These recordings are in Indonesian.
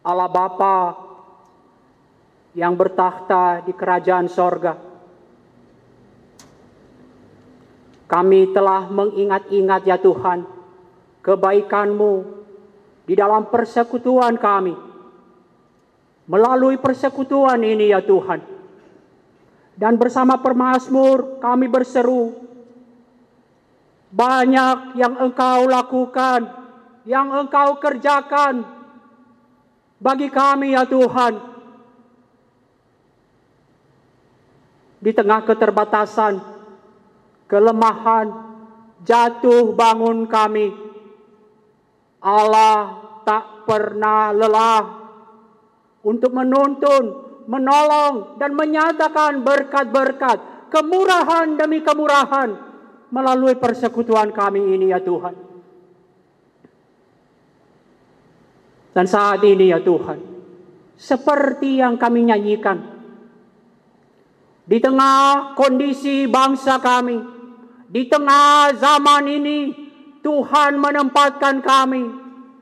Allah Bapa yang bertakhta di kerajaan sorga, kami telah mengingat-ingat ya Tuhan, kebaikan-Mu di dalam persekutuan kami. Melalui persekutuan ini ya Tuhan, dan bersama pemazmur kami berseru, banyak yang Engkau lakukan, yang Engkau kerjakan bagi kami ya Tuhan. Di tengah keterbatasan, kelemahan, jatuh bangun kami, Allah tak pernah lelah untuk menuntun, menolong, dan menyatakan berkat-berkat, kemurahan demi kemurahan melalui persekutuan kami ini ya Tuhan. Dan saat ini ya Tuhan, seperti yang kami nyanyikan, di tengah kondisi bangsa kami, di tengah zaman ini, Tuhan menempatkan kami.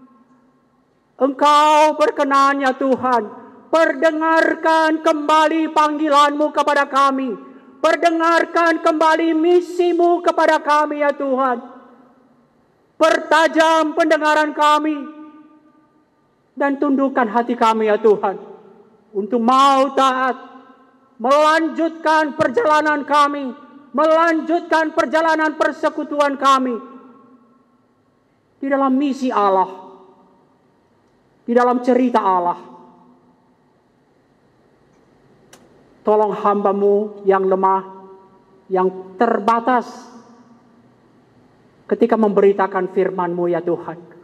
Engkau berkenan ya Tuhan, perdengarkan kembali panggilan-Mu kepada kami. Perdengarkan kembali misi-Mu kepada kami ya Tuhan. Pertajam pendengaran kami. Dan tundukkan hati kami ya Tuhan, untuk mau taat, melanjutkan perjalanan kami, melanjutkan perjalanan persekutuan kami di dalam misi Allah, di dalam cerita Allah. Tolong hamba-Mu yang lemah, yang terbatas ketika memberitakan firman-Mu ya Tuhan.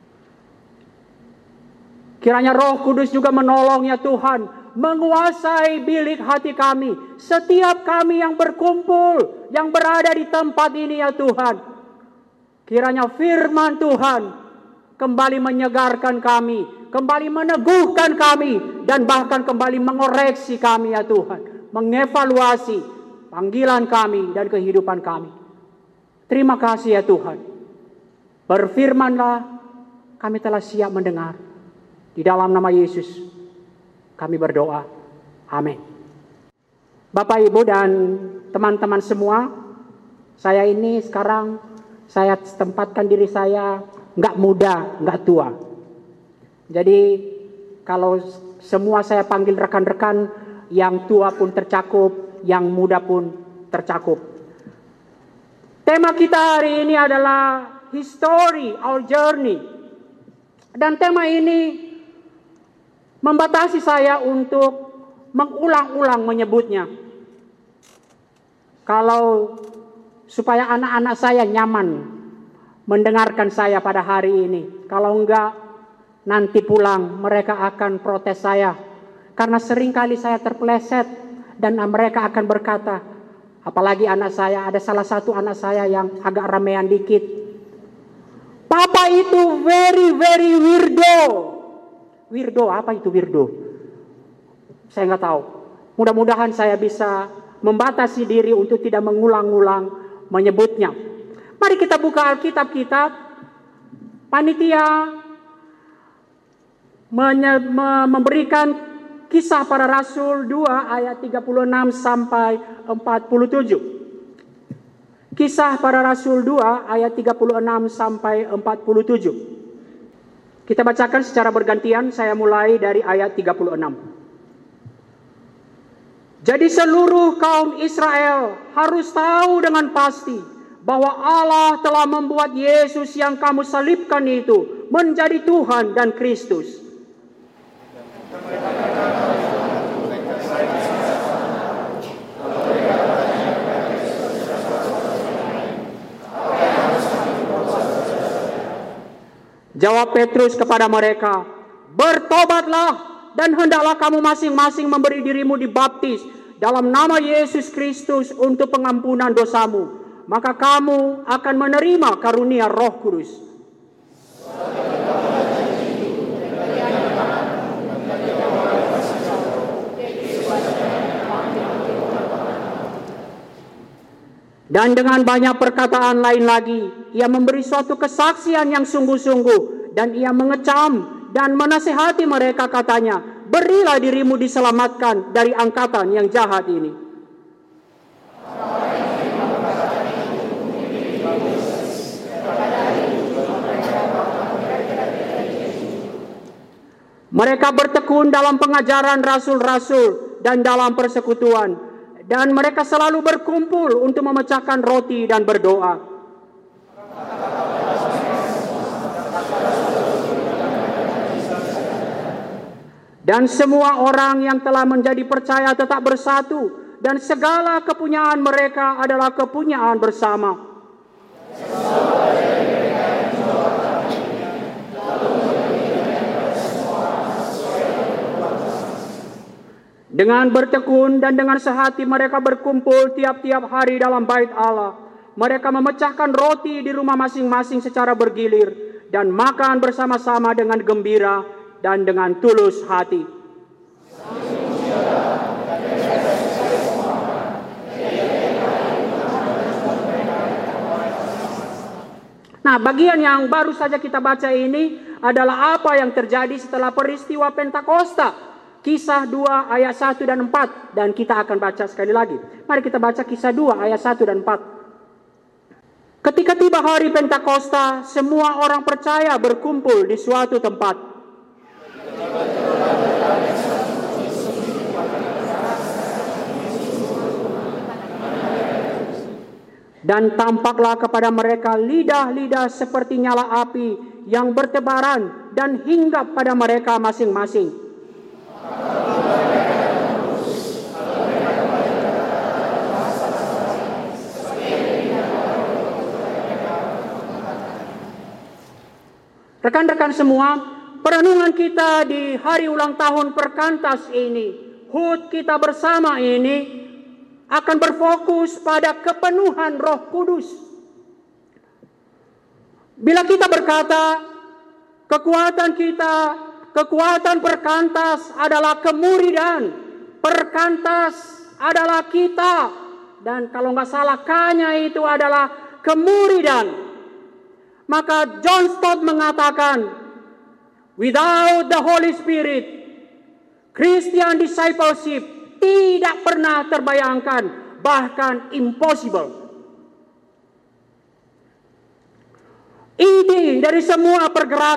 Kiranya Roh Kudus juga menolong ya Tuhan, menguasai bilik hati kami, setiap kami yang berkumpul, yang berada di tempat ini ya Tuhan. Kiranya firman Tuhan kembali menyegarkan kami, kembali meneguhkan kami, dan bahkan kembali mengoreksi kami ya Tuhan, mengevaluasi panggilan kami dan kehidupan kami. Terima kasih ya Tuhan. Berfirmanlah, kami telah siap mendengar. Di dalam nama Yesus kami berdoa. Amin. Bapak, Ibu, dan teman-teman semua, saya ini sekarang saya tempatkan diri saya nggak muda, nggak tua. Jadi kalau semua saya panggil rekan-rekan, yang tua pun tercakup, yang muda pun tercakup. Tema kita hari ini adalah History, Our Journey. Dan tema ini membatasi saya untuk mengulang-ulang menyebutnya. Kalau supaya anak-anak saya nyaman mendengarkan saya pada hari ini. Kalau enggak, nanti pulang mereka akan protes saya. Karena seringkali saya terpeleset dan mereka akan berkata, apalagi anak saya, ada salah satu anak saya yang agak ramean dikit. Papa itu very weirdo. Weirdo, apa itu weirdo? Saya nggak tahu. Mudah-mudahan saya bisa membatasi diri untuk tidak mengulang-ulang menyebutnya. Mari kita buka Alkitab kita. Panitia memberikan Kisah Para Rasul 2 ayat 36 sampai 47. Kisah Para Rasul 2 ayat 36 sampai 47. Kita bacakan secara bergantian, saya mulai dari ayat 36. Jadi seluruh kaum Israel harus tahu dengan pasti bahwa Allah telah membuat Yesus yang kamu salibkan itu menjadi Tuhan dan Kristus. Jawab Petrus kepada mereka, bertobatlah dan hendaklah kamu masing-masing memberi dirimu dibaptis dalam nama Yesus Kristus untuk pengampunan dosamu. Maka kamu akan menerima karunia Roh Kudus. Dan dengan banyak perkataan lain lagi, ia memberi suatu kesaksian yang sungguh-sungguh, dan ia mengecam dan menasihati mereka, katanya, berilah dirimu diselamatkan dari angkatan yang jahat ini. Mereka bertekun dalam pengajaran rasul-rasul dan dalam persekutuan, dan mereka selalu berkumpul untuk memecahkan roti dan berdoa. Dan semua orang yang telah menjadi percaya tetap bersatu, dan segala kepunyaan mereka adalah kepunyaan bersama. Dengan bertekun dan dengan sehati mereka berkumpul tiap-tiap hari dalam bait Allah. Mereka memecahkan roti di rumah masing-masing secara bergilir dan makan bersama-sama dengan gembira dan dengan tulus hati. Nah, bagian yang baru saja kita baca ini adalah apa yang terjadi setelah peristiwa Pentakosta. Kisah 2 ayat 1 dan 4. Dan kita akan baca sekali lagi. Mari kita baca kisah 2 ayat 1 dan 4. Ketika tiba hari Pentakosta, semua orang percaya berkumpul di suatu tempat. Dan tampaklah kepada mereka lidah-lidah seperti nyala api yang bertebaran dan hinggap pada mereka masing-masing. Rekan-rekan semua, perenungan kita di hari ulang tahun Perkantas ini, HUT kita bersama ini, akan berfokus pada kepenuhan Roh Kudus. Bila kita berkata, kekuatan Perkantas adalah kemuridan, Perkantas adalah kita, dan kalau nggak salah K-nya itu adalah kemuridan. Maka John Stott mengatakan, without the Holy Spirit, Christian discipleship tidak pernah terbayangkan, bahkan impossible. Inti dari semua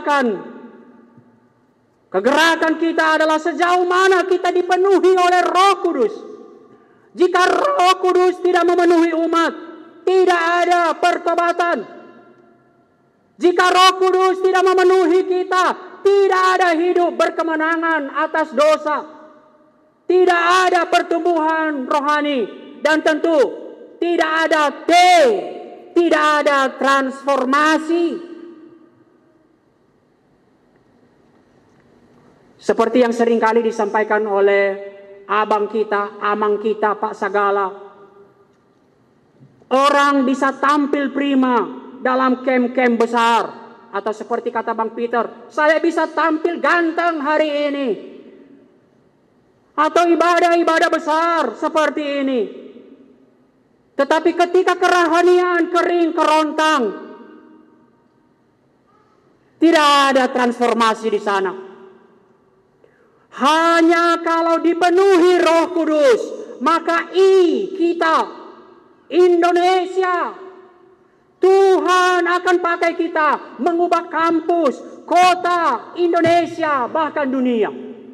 kegerakan kita adalah sejauh mana kita dipenuhi oleh Roh Kudus. Jika Roh Kudus tidak memenuhi umat, tidak ada pertobatan. Jika Roh Kudus tidak memenuhi kita, tidak ada hidup berkemenangan atas dosa. Tidak ada pertumbuhan rohani. Dan tentu tidak ada tidak ada transformasi. Seperti yang seringkali disampaikan oleh amang kita, Pak Sagala. Orang bisa tampil prima dalam camp-camp besar. Atau seperti kata Bang Peter, saya bisa tampil ganteng hari ini. Atau ibadah-ibadah besar seperti ini. Tetapi ketika kerohanian kering kerontang, tidak ada transformasi di sana. Hanya kalau dipenuhi Roh Kudus, maka kita, Indonesia, Tuhan akan pakai kita mengubah kampus, kota, Indonesia, bahkan dunia.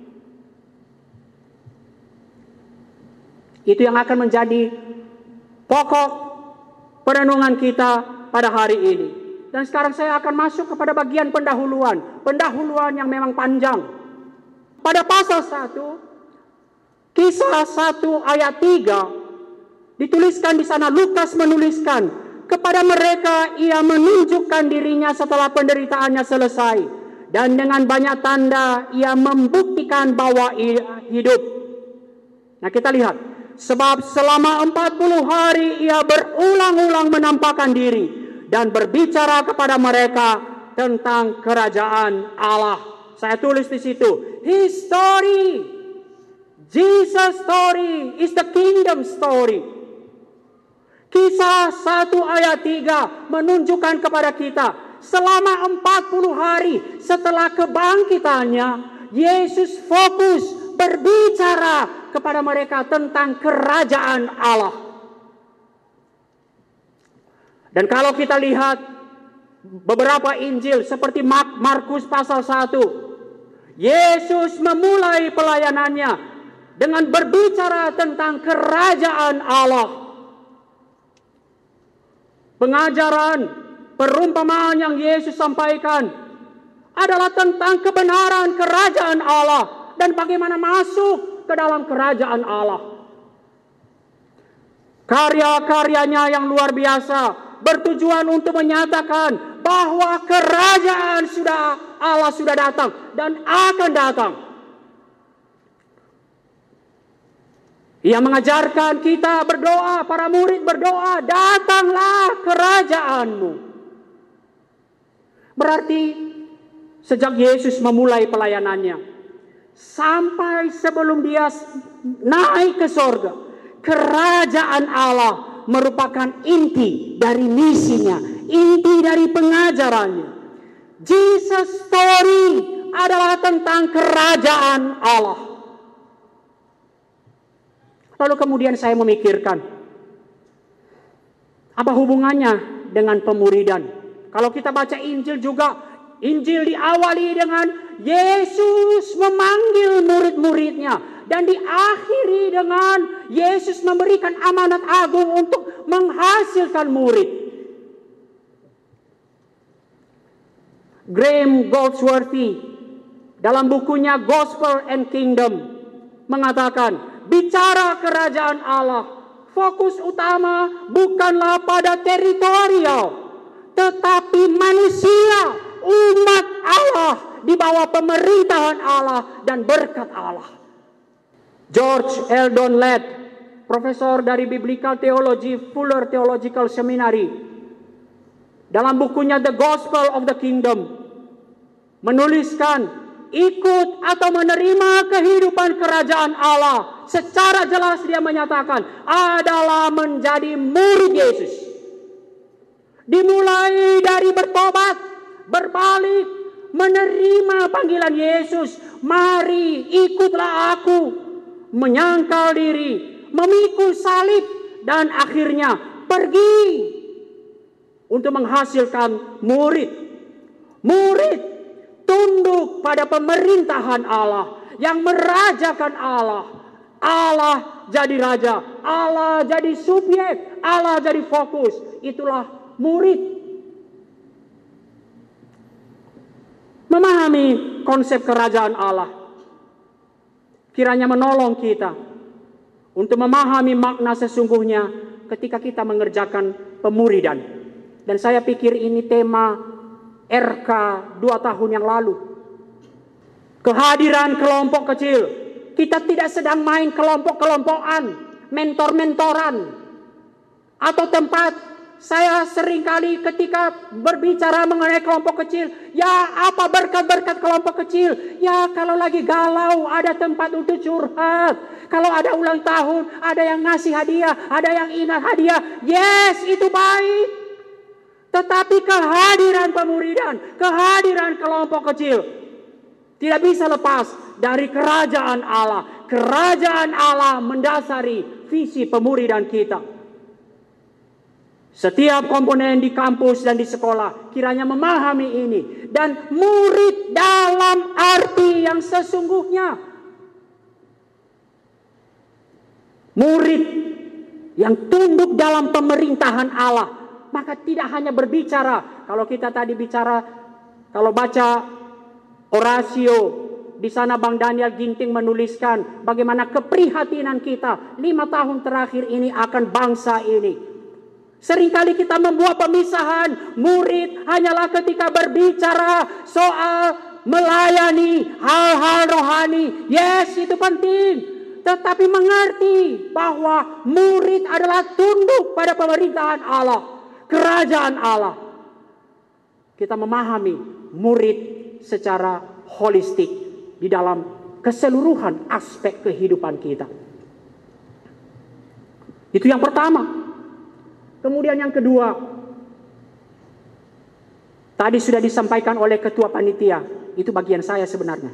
Itu yang akan menjadi pokok perenungan kita pada hari ini. Dan sekarang saya akan masuk kepada bagian pendahuluan yang memang panjang. Pada pasal 1, kisah 1 ayat 3, dituliskan di sana, Lukas menuliskan, kepada mereka ia menunjukkan dirinya setelah penderitaannya selesai. Dan dengan banyak tanda ia membuktikan bahwa ia hidup. Nah, kita lihat. Sebab selama 40 hari ia berulang-ulang menampakkan diri dan berbicara kepada mereka tentang kerajaan Allah. Saya tulis di situ, His story, Jesus story is the kingdom story. Kisah 1 ayat 3 menunjukkan kepada kita selama 40 hari setelah kebangkitannya, Yesus fokus berbicara kepada mereka tentang kerajaan Allah. Dan kalau kita lihat beberapa Injil seperti Markus pasal 1, Yesus memulai pelayanannya dengan berbicara tentang kerajaan Allah. Pengajaran, perumpamaan yang Yesus sampaikan adalah tentang kebenaran kerajaan Allah dan bagaimana masuk ke dalam kerajaan Allah. Karya-karyanya yang luar biasa bertujuan untuk menyatakan bahwa kerajaan Allah sudah datang dan akan datang. Ia mengajarkan kita berdoa, para murid berdoa, datanglah kerajaanmu. Berarti sejak Yesus memulai pelayanannya, sampai sebelum dia naik ke sorga, kerajaan Allah merupakan inti dari misinya, inti dari pengajarannya. Jesus story adalah tentang kerajaan Allah. Lalu kemudian saya memikirkan, apa hubungannya dengan pemuridan? Kalau kita baca Injil juga, Injil diawali dengan Yesus memanggil murid-muridnya, dan diakhiri dengan Yesus memberikan amanat agung untuk menghasilkan murid. Graham Goldsworthy dalam bukunya Gospel and Kingdom mengatakan, bicara kerajaan Allah, fokus utama bukanlah pada teritorial, tetapi manusia, umat Allah di bawah pemerintahan Allah dan berkat Allah. George Eldon Ladd, profesor dari Biblical Theology, Fuller Theological Seminary, dalam bukunya The Gospel of the Kingdom, menuliskan, ikut atau menerima kehidupan kerajaan Allah, secara jelas dia menyatakan, adalah menjadi murid Yesus. Dimulai dari bertobat, berbalik, menerima panggilan Yesus, mari ikutlah aku, menyangkal diri, memikul salib, dan akhirnya pergi untuk menghasilkan murid. Murid tunduk pada pemerintahan Allah yang merajakan Allah. Allah jadi raja, Allah jadi subjek, Allah jadi fokus. Itulah murid. Memahami konsep kerajaan Allah kiranya menolong kita untuk memahami makna sesungguhnya ketika kita mengerjakan pemuridan. Dan saya pikir ini tema RK 2 tahun yang lalu. Kehadiran kelompok kecil. Kita tidak sedang main kelompok-kelompokan, mentor-mentoran, atau tempat. Saya seringkali ketika berbicara mengenai kelompok kecil, ya apa berkat-berkat kelompok kecil? Ya kalau lagi galau ada tempat untuk curhat. Kalau ada ulang tahun, ada yang ngasih hadiah, ada yang ingat hadiah. Yes, itu baik. Tetapi kehadiran pemuridan, kehadiran kelompok kecil tidak bisa lepas dari kerajaan Allah. Kerajaan Allah mendasari visi pemuridan kita. Setiap komponen di kampus dan di sekolah kiranya memahami ini. Dan murid dalam arti yang sesungguhnya. Murid yang tunduk dalam pemerintahan Allah. Maka tidak hanya berbicara. Kalau kita tadi bicara, kalau baca Orasio, di sana Bang Daniel Ginting menuliskan bagaimana keprihatinan kita 5 tahun terakhir ini akan bangsa ini. Seringkali kita membuat pemisahan, murid hanyalah ketika berbicara soal melayani hal-hal rohani. Yes, itu penting. Tetapi mengerti bahwa murid adalah tunduk pada pemerintahan Allah, kerajaan Allah. Kita memahami murid secara holistik di dalam keseluruhan aspek kehidupan kita. Itu yang pertama. Kemudian yang kedua, Tadi sudah disampaikan oleh ketua panitia. Itu bagian saya sebenarnya.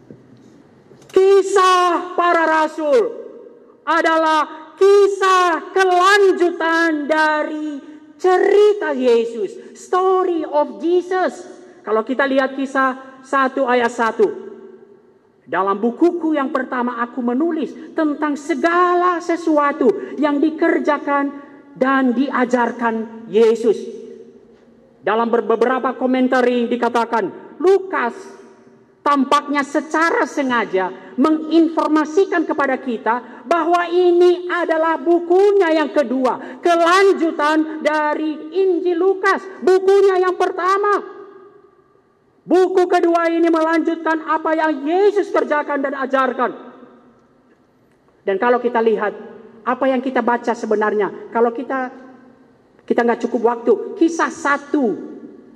Kisah para rasul adalah kisah kelanjutan dari cerita Yesus. Story of Jesus. Kalau kita lihat kisah 1 ayat 1. Dalam bukuku yang pertama aku menulis tentang segala sesuatu yang dikerjakan dan diajarkan Yesus. Dalam beberapa komentari dikatakan Lukas tampaknya secara sengaja menginformasikan kepada kita bahwa ini adalah bukunya yang kedua, kelanjutan dari Injil Lukas, bukunya yang pertama. Buku kedua ini melanjutkan apa yang Yesus kerjakan dan ajarkan. Dan kalau kita lihat apa yang kita baca sebenarnya, kalau kita nggak cukup waktu, kisah 1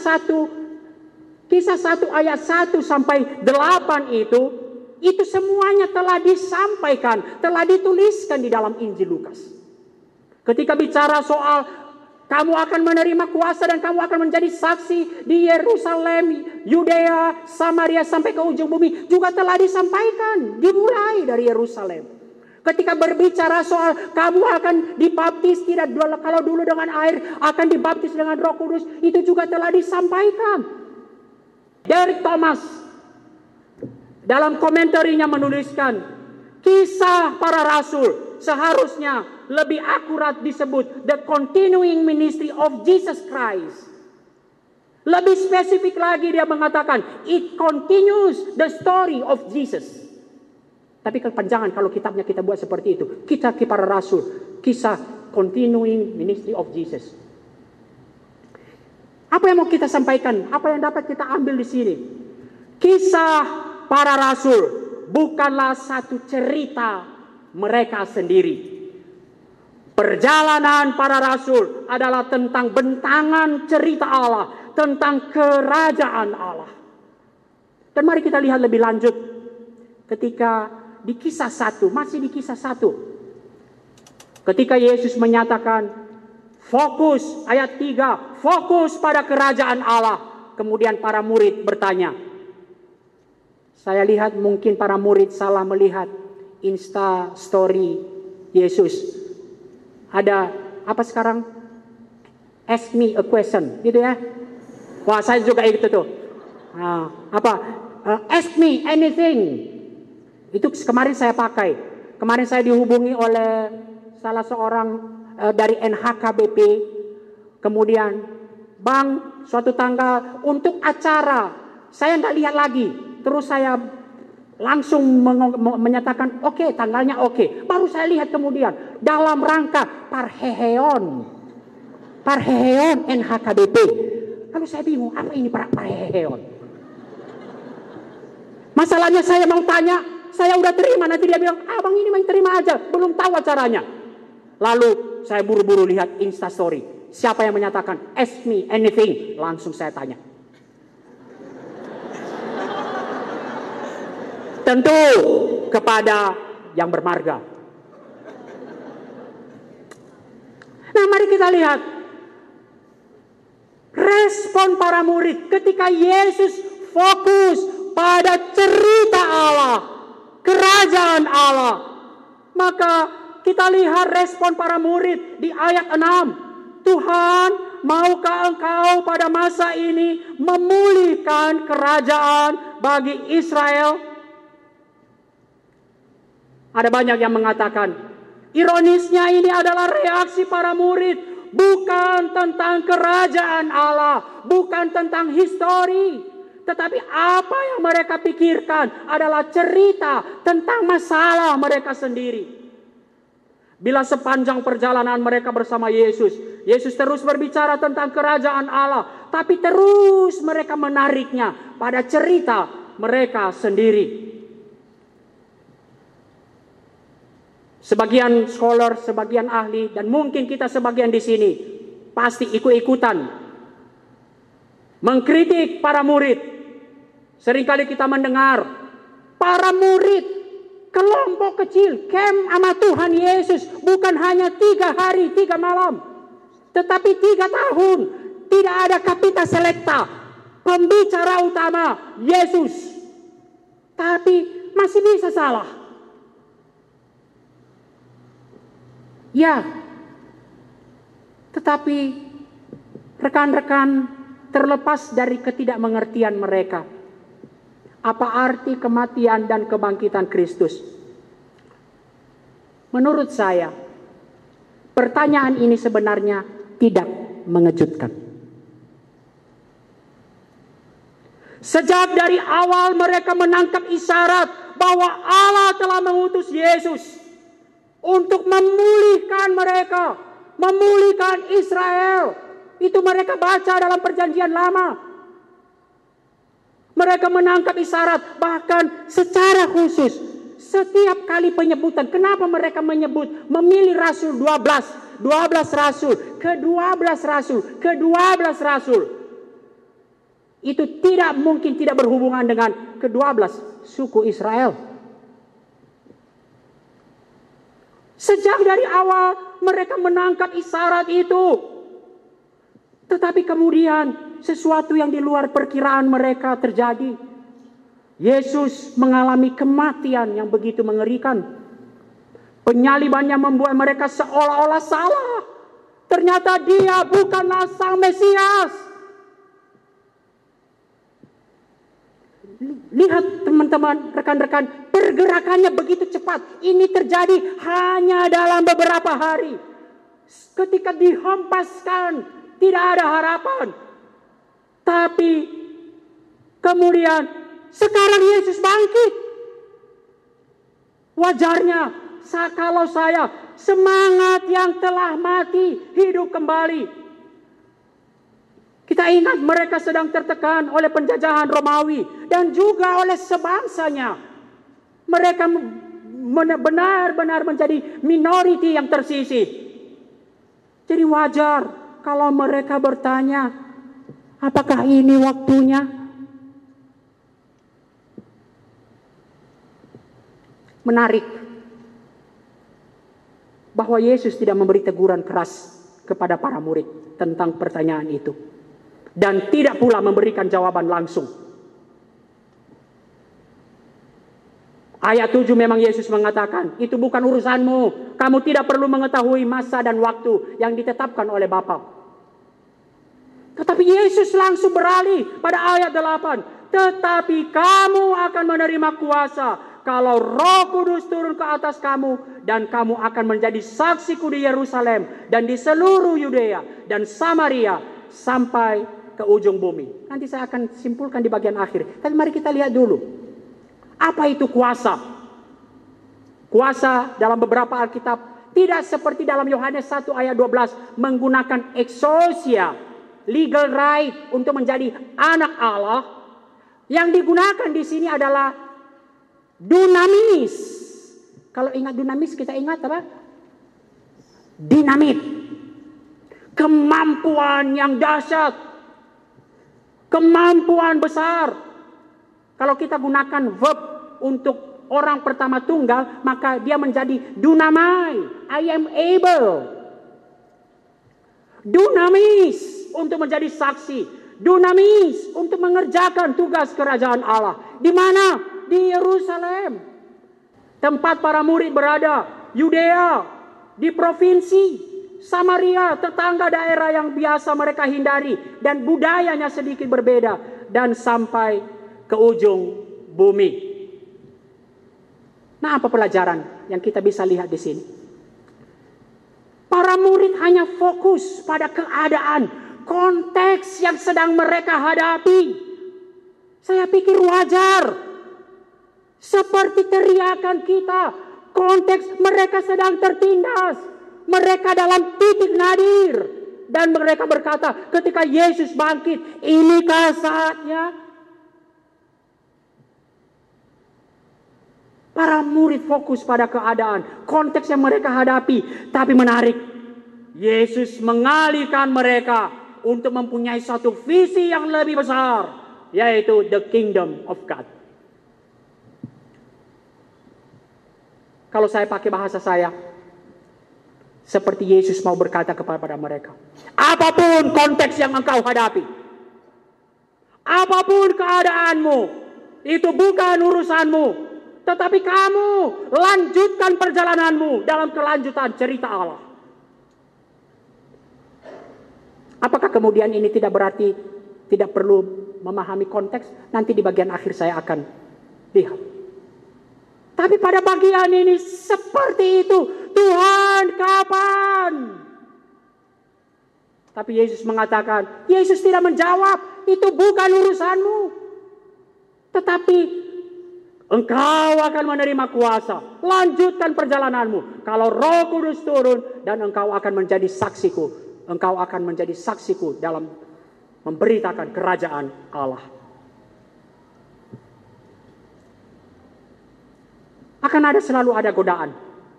ayat 1 sampai 8 itu semuanya telah disampaikan, telah dituliskan di dalam Injil Lukas. Ketika bicara soal kamu akan menerima kuasa dan kamu akan menjadi saksi di Yerusalem, Yudea, Samaria sampai ke ujung bumi juga telah disampaikan, dimulai dari Yerusalem. Ketika berbicara soal kamu akan dibaptis tidak kalau dulu dengan air, akan dibaptis dengan Roh Kudus, itu juga telah disampaikan. Derek Thomas dalam komentarinya menuliskan kisah para rasul seharusnya lebih akurat disebut the continuing ministry of Jesus Christ. Lebih spesifik lagi dia mengatakan it continues the story of Jesus. Tapi kepanjangan kalau kitabnya kita buat seperti itu. Kisah para rasul, kisah continuing ministry of Jesus. Apa yang mau kita sampaikan? Apa yang dapat kita ambil di sini? Kisah para rasul bukanlah satu cerita mereka sendiri. Perjalanan para rasul adalah tentang bentangan cerita Allah, tentang kerajaan Allah. Dan mari kita lihat lebih lanjut ketika di kisah 1, masih di kisah 1. Ketika Yesus menyatakan fokus, ayat 3, fokus pada kerajaan Allah. Kemudian para murid bertanya. Saya lihat mungkin para murid salah melihat Insta story Yesus. Ada apa sekarang? Ask me a question, gitu ya. Wah, saya juga itu tuh. Ask me anything. Itu kemarin saya pakai. Kemarin saya dihubungi oleh salah seorang dari NHKBP, kemudian Bang, suatu tanggal untuk acara, saya nggak lihat lagi, terus saya langsung menyatakan oke, tanggalnya oke. Baru saya lihat kemudian dalam rangka Parheheon NHKBP. Lalu saya bingung, apa ini Parheheon? Masalahnya saya mau tanya, saya udah terima, nanti dia bilang, abang ini main terima aja, belum tahu acaranya. Lalu saya buru-buru lihat Instastory. Siapa yang menyatakan ask me anything? Langsung saya tanya. Tentu kepada yang bermarga. Nah, mari kita lihat respon para murid ketika Yesus fokus pada cerita Allah, kerajaan Allah. Maka kita lihat respon para murid di ayat 6. Tuhan, maukah Engkau pada masa ini memulihkan kerajaan bagi Israel? Ada banyak yang mengatakan, ironisnya ini adalah reaksi para murid. Bukan tentang kerajaan Allah, bukan tentang histori. Tetapi apa yang mereka pikirkan adalah cerita tentang masalah mereka sendiri. Bila sepanjang perjalanan mereka bersama Yesus, Yesus terus berbicara tentang kerajaan Allah, tapi terus mereka menariknya pada cerita mereka sendiri. Sebagian scholar, sebagian ahli, dan mungkin kita sebagian di sini pasti ikut-ikutan mengkritik para murid. Seringkali kita mendengar para murid kelompok kecil camp sama Tuhan Yesus bukan hanya 3 hari 3 malam, tetapi 3 tahun. Tidak ada kapita selekta, pembicara utama Yesus. Tapi masih bisa salah. Ya, tetapi rekan-rekan, terlepas dari ketidakmengertian mereka, apa arti kematian dan kebangkitan Kristus? Menurut saya, pertanyaan ini sebenarnya tidak mengejutkan. Sejak dari awal mereka menangkap isyarat bahwa Allah telah mengutus Yesus untuk memulihkan mereka, memulihkan Israel. Itu mereka baca dalam perjanjian lama. Mereka menangkap isyarat, bahkan secara khusus setiap kali penyebutan. Kenapa mereka menyebut, memilih rasul 12 rasul, ke-12 rasul, ke-12 rasul. Itu tidak mungkin tidak berhubungan dengan ke-12 suku Israel. Sejak dari awal mereka menangkap isyarat itu. Tetapi kemudian sesuatu yang di luar perkiraan mereka terjadi. Yesus mengalami kematian yang begitu mengerikan. Penyalibannya membuat mereka seolah-olah salah. Ternyata dia bukanlah sang Mesias. Lihat teman-teman, rekan-rekan, pergerakannya begitu cepat. Ini terjadi hanya dalam beberapa hari. Ketika dihempaskan, tidak ada harapan. Tapi kemudian sekarang Yesus bangkit. Wajarnya kalau saya semangat yang telah mati hidup kembali. Kita ingat mereka sedang tertekan oleh penjajahan Romawi dan juga oleh sebangsanya. Mereka benar-benar menjadi minoriti yang tersisih. Jadi wajar kalau mereka bertanya, apakah ini waktunya? Menarik bahwa Yesus tidak memberi teguran keras kepada para murid tentang pertanyaan itu. Dan tidak pula memberikan jawaban langsung. Ayat 7 memang Yesus mengatakan, itu bukan urusanmu. Kamu tidak perlu mengetahui masa dan waktu yang ditetapkan oleh Bapa. Tetapi Yesus langsung beralih pada ayat 8. Tetapi kamu akan menerima kuasa kalau Roh Kudus turun ke atas kamu, dan kamu akan menjadi saksiku di Yerusalem dan di seluruh Yudea dan Samaria sampai ke ujung bumi. Nanti saya akan simpulkan di bagian akhir. Tapi mari kita lihat dulu. Apa itu kuasa? Kuasa dalam beberapa Alkitab tidak seperti dalam Yohanes 1 ayat 12 menggunakan exousia, legal right untuk menjadi anak Allah. Yang digunakan di sini adalah dunamis. Kalau ingat dunamis, kita ingat apa? Dinamit. Kemampuan yang dahsyat. Kemampuan besar. Kalau kita gunakan verb untuk orang pertama tunggal, maka dia menjadi dunamai. I am able. Dunamis untuk menjadi saksi. Dunamis untuk mengerjakan tugas kerajaan Allah. Di mana? Di Yerusalem. Tempat para murid berada. Yudea. Di provinsi. Samaria, tetangga daerah yang biasa mereka hindari. Dan budayanya sedikit berbeda. Dan sampai ke ujung bumi. Nah, apa pelajaran yang kita bisa lihat di sini? Para murid hanya fokus pada keadaan, konteks yang sedang mereka hadapi. Saya pikir wajar. Seperti teriakan kita, konteks mereka sedang tertindas. Mereka dalam titik nadir. Dan mereka berkata, ketika Yesus bangkit, inikah saatnya? Para murid fokus pada keadaan, konteks yang mereka hadapi. Tapi menarik, Yesus mengalihkan mereka untuk mempunyai satu visi yang lebih besar, yaitu the kingdom of God. Kalau saya pakai bahasa saya, seperti Yesus mau berkata kepada mereka, apapun konteks yang engkau hadapi, Apapun keadaanmu, itu bukan urusanmu. Tetapi kamu lanjutkan perjalananmu dalam kelanjutan cerita Allah. Apakah kemudian ini tidak berarti tidak perlu memahami konteks? Nanti di bagian akhir saya akan lihat. Tapi pada bagian ini seperti itu. Tuhan, kapan? Tapi Yesus mengatakan, Yesus tidak menjawab, itu bukan urusanmu. Tetapi engkau akan menerima kuasa. Lanjutkan perjalananmu. Kalau Roh Kudus turun dan engkau akan menjadi saksiku. Engkau akan menjadi saksiku dalam memberitakan kerajaan Allah. Akan selalu ada godaan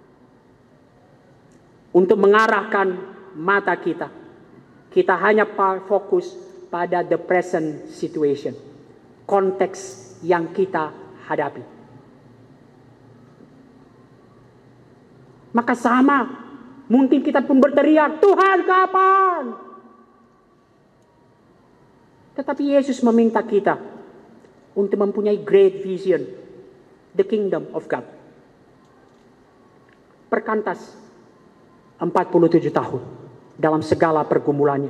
untuk mengarahkan mata kita. Kita hanya fokus pada the present situation. Konteks yang kita hadapi. Maka sama, mungkin kita pun berteriak, Tuhan kapan? Tetapi Yesus meminta kita untuk mempunyai great vision, the kingdom of God. Perkantas 47 tahun dalam segala pergumulannya.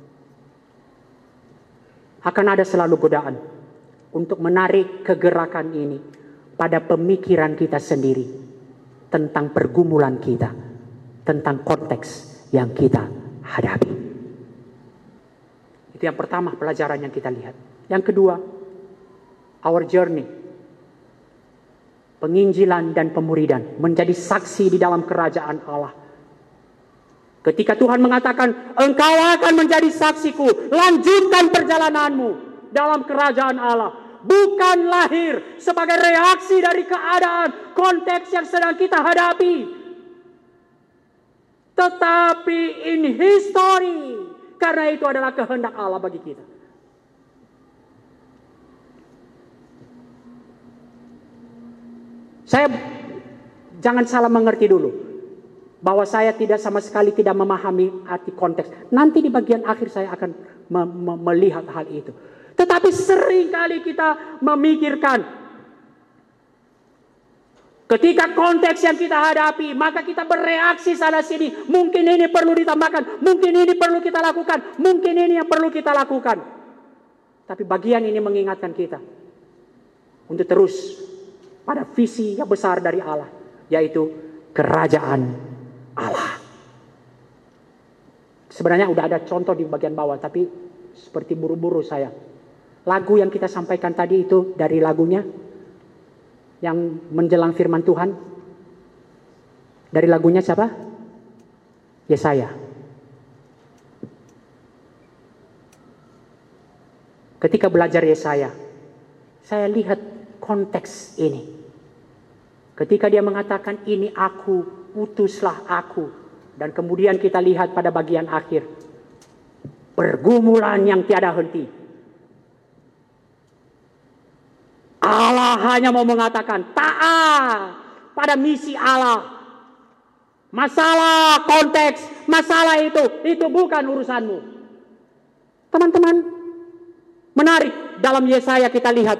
Akan ada selalu godaan untuk menarik kegerakan ini pada pemikiran kita sendiri tentang pergumulan kita, tentang konteks yang kita hadapi. Itu yang pertama, pelajaran yang kita lihat. Yang kedua, our journey, penginjilan dan pemuridan, menjadi saksi di dalam kerajaan Allah. Ketika Tuhan mengatakan, engkau akan menjadi saksiku, lanjutkan perjalananmu dalam kerajaan Allah. Bukan lahir sebagai reaksi dari keadaan konteks yang sedang kita hadapi. Tetapi in history. Karena itu adalah kehendak Allah bagi kita. Saya jangan salah mengerti dulu. Bahwa saya tidak sama sekali tidak memahami arti konteks. Nanti di bagian akhir saya akan melihat hal itu. Tetapi seringkali kita memikirkan ketika konteks yang kita hadapi, maka kita bereaksi sana sini. Mungkin ini perlu ditambahkan, mungkin ini perlu kita lakukan, mungkin ini yang perlu kita lakukan. Tapi bagian ini mengingatkan kita untuk terus pada visi yang besar dari Allah, yaitu kerajaan Allah. Sebenarnya udah ada contoh di bagian bawah, tapi seperti buru-buru saya. Lagu yang kita sampaikan tadi itu dari lagunya yang menjelang firman Tuhan. Dari lagunya siapa? Yesaya. Ketika belajar Yesaya, saya lihat konteks ini. Ketika dia mengatakan ini aku, utuslah aku. Dan kemudian kita lihat pada bagian akhir. Pergumulan yang tiada henti. Allah hanya mau mengatakan taat pada misi Allah. Masalah konteks, masalah itu bukan urusanmu. Teman-teman, menarik dalam Yesaya kita lihat.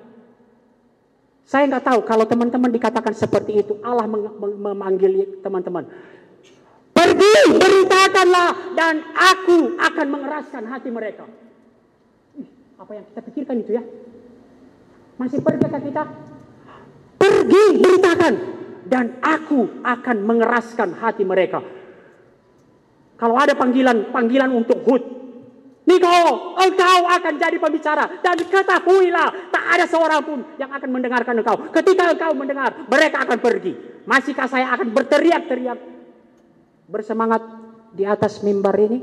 Saya nggak tahu kalau teman-teman dikatakan seperti itu, Allah memanggil teman-teman. Pergi, beritakanlah, dan aku akan mengeraskan hati mereka. Apa yang kita pikirkan itu ya? Masih pergi kita? Pergi, beritakan, dan aku akan mengeraskan hati mereka. Kalau ada panggilan untuk Hud, Niko, engkau akan jadi pembicara, dan ketahuilah tak ada seorang pun yang akan mendengarkan engkau. Ketika engkau mendengar, mereka akan pergi. Masihkah saya akan berteriak-teriak bersemangat di atas mimbar ini?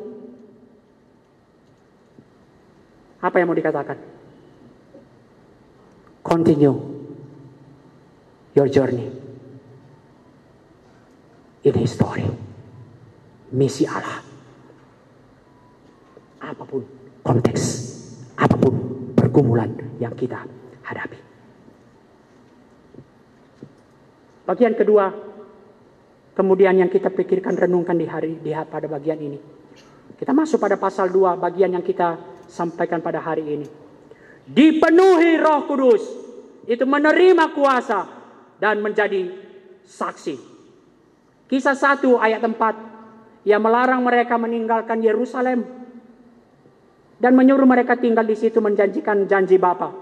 Apa yang mau dikatakan? Continue your journey in history. Misi Allah. Apapun konteks, apapun pergumulan yang kita hadapi. Bagian kedua, kemudian yang kita pikirkan, renungkan pada bagian ini. Kita masuk pada pasal 2, bagian yang kita sampaikan pada hari ini. dipenuhi Roh Kudus, itu menerima kuasa dan menjadi saksi. Kisah 1 ayat 4, ia melarang mereka meninggalkan Yerusalem dan menyuruh mereka tinggal di situ menjanjikan janji Bapa.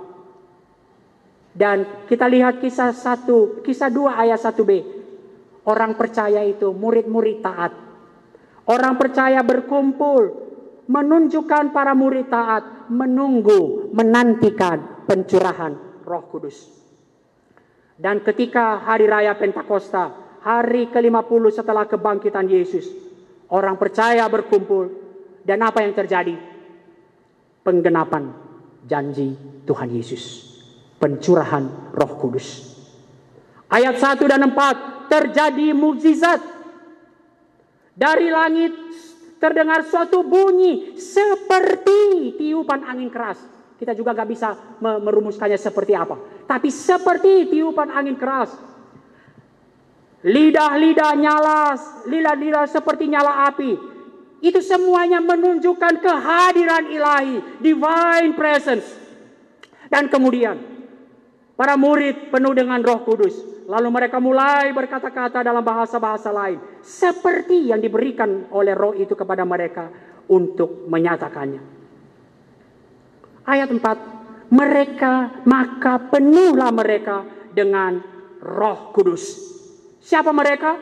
Dan kita lihat kisah 2 ayat 1b. Orang percaya itu murid-murid taat. Orang percaya berkumpul, menunjukkan para murid taat, menunggu, menantikan pencurahan Roh Kudus. Dan ketika hari raya Pentakosta, hari ke-50 setelah kebangkitan Yesus, orang percaya berkumpul, dan apa yang terjadi? Penggenapan janji Tuhan Yesus. Pencurahan Roh Kudus. Ayat 1 dan 4, terjadi mukjizat. Dari langit terdengar suatu bunyi seperti tiupan angin keras. Kita juga gak bisa merumuskannya seperti apa. Tapi seperti tiupan angin keras. Lidah-lidah nyala, lidah-lidah seperti nyala api. Itu semuanya menunjukkan kehadiran ilahi, divine presence. Dan kemudian para murid penuh dengan Roh Kudus. Lalu mereka mulai berkata-kata dalam bahasa-bahasa lain. Seperti yang diberikan oleh Roh itu kepada mereka untuk menyatakannya. Ayat 4. Maka penuhlah mereka dengan Roh Kudus. Siapa mereka?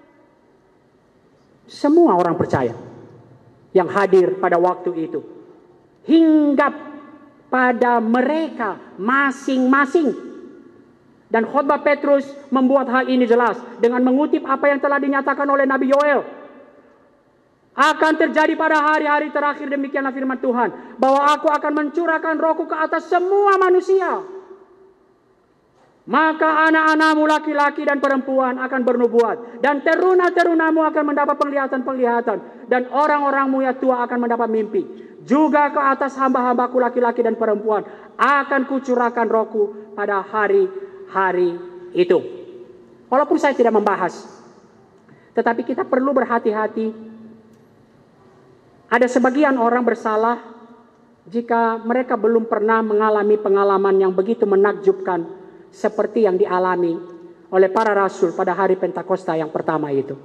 Semua orang percaya yang hadir pada waktu itu. Hingga pada mereka masing-masing. Dan khotbah Petrus membuat hal ini jelas dengan mengutip apa yang telah dinyatakan oleh Nabi Yoel. Akan terjadi pada hari-hari terakhir, demikianlah firman Tuhan, bahwa aku akan mencurahkan Rohku ke atas semua manusia. Maka anak-anakmu laki-laki dan perempuan akan bernubuat, dan teruna-terunamu akan mendapat penglihatan-penglihatan, dan orang-orangmu yang tua akan mendapat mimpi. Juga ke atas hamba-hambaku laki-laki dan perempuan akan kucurahkan Rohku pada hari-hari itu. Walaupun saya tidak membahas, tetapi kita perlu berhati-hati. Ada sebagian orang bersalah jika mereka belum pernah mengalami pengalaman yang begitu menakjubkan seperti yang dialami oleh para rasul pada hari Pentakosta yang pertama itu.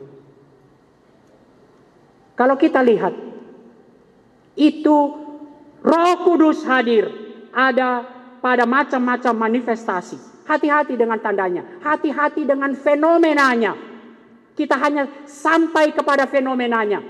Kalau kita lihat, itu Roh Kudus hadir ada pada macam-macam manifestasi. Hati-hati dengan tandanya, hati-hati dengan fenomenanya. Kita hanya sampai kepada fenomenanya.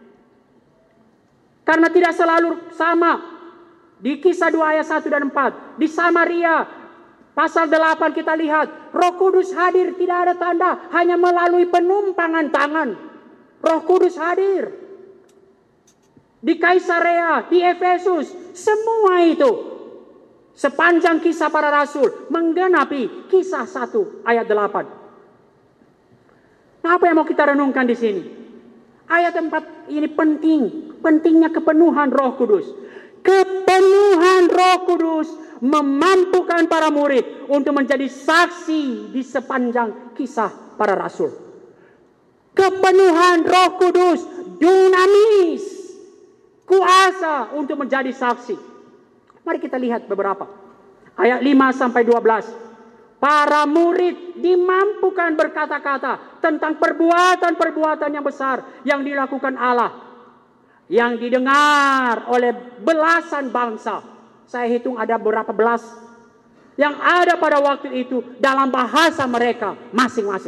Karena tidak selalu sama. Di Kisah 2 ayat 1 dan 4, di Samaria pasal 8 kita lihat Roh Kudus hadir, tidak ada tanda, hanya melalui penumpangan tangan. Roh Kudus hadir. Di Kaisarea, di Efesus, semua itu sepanjang kisah para rasul menggenapi Kisah 1 ayat 8. Nah, apa yang mau kita renungkan di sini? Ayat 4 ini pentingnya kepenuhan Roh Kudus. Kepenuhan Roh Kudus memampukan para murid untuk menjadi saksi di sepanjang kisah para rasul. Kepenuhan Roh Kudus dinamis, kuasa untuk menjadi saksi. Mari kita lihat beberapa. Ayat 5 sampai 12. Para murid dimampukan berkata-kata tentang perbuatan-perbuatan yang besar yang dilakukan Allah, yang didengar oleh belasan bangsa. Saya hitung ada berapa belas yang ada pada waktu itu dalam bahasa mereka masing-masing.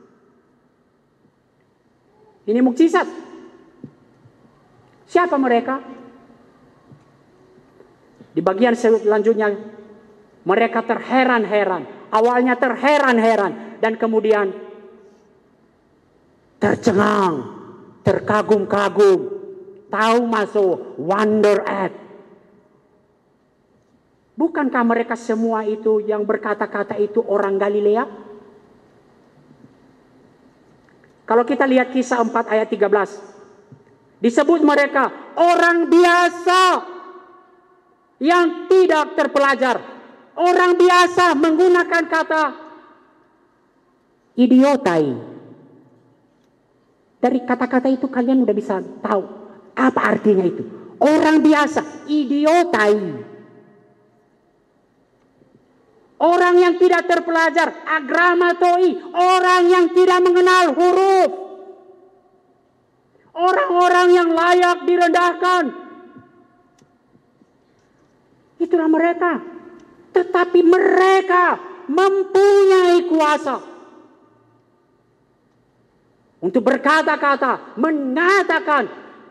Ini mukjizat. Siapa mereka? Di bagian selanjutnya mereka terheran-heran. Awalnya terheran-heran dan kemudian tercengang, terkagum-kagum, tahu masuk, wonder at. Bukankah mereka semua itu yang berkata-kata itu orang Galilea? Kalau kita lihat Kisah 4 ayat 13, disebut mereka orang biasa yang tidak terpelajar. Orang biasa menggunakan kata idiotai. Dari kata-kata itu kalian udah bisa tahu apa artinya itu. Orang biasa, idiotai. Orang yang tidak terpelajar, agrammatoi, orang yang tidak mengenal huruf. Orang-orang yang layak direndahkan. Itulah mereka. Tetapi mereka mempunyai kuasa untuk berkata-kata, mengatakan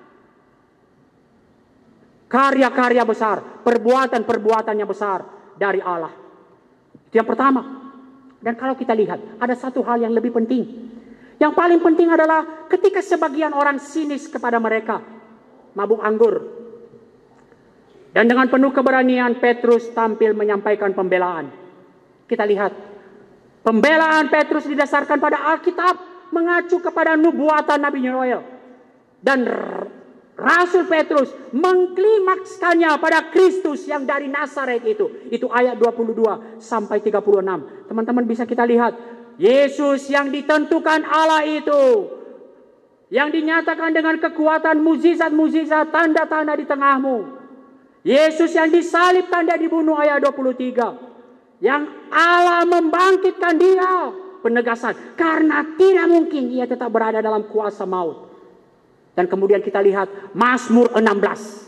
karya-karya besar, perbuatan-perbuatan yang besar dari Allah. Itu yang pertama. Dan kalau kita lihat, ada satu hal yang lebih penting. Yang paling penting adalah ketika sebagian orang sinis kepada mereka, mabuk anggur. Dan dengan penuh keberanian Petrus tampil menyampaikan pembelaan. Kita lihat, pembelaan Petrus didasarkan pada Alkitab, mengacu kepada nubuatan Nabi Yoel. Dan Rasul Petrus mengklimakskannya pada Kristus yang dari Nazaret itu. Itu ayat 22 sampai 36. Teman-teman bisa kita lihat. Yesus yang ditentukan Allah itu. Yang dinyatakan dengan kekuatan mukjizat-mukjizat, tanda-tanda di tengahmu. Yesus yang disalib, tanda dibunuh, ayat 23. Yang Allah membangkitkan dia. Penegasan. Karena tidak mungkin ia tetap berada dalam kuasa maut. Dan kemudian kita lihat Mazmur 16.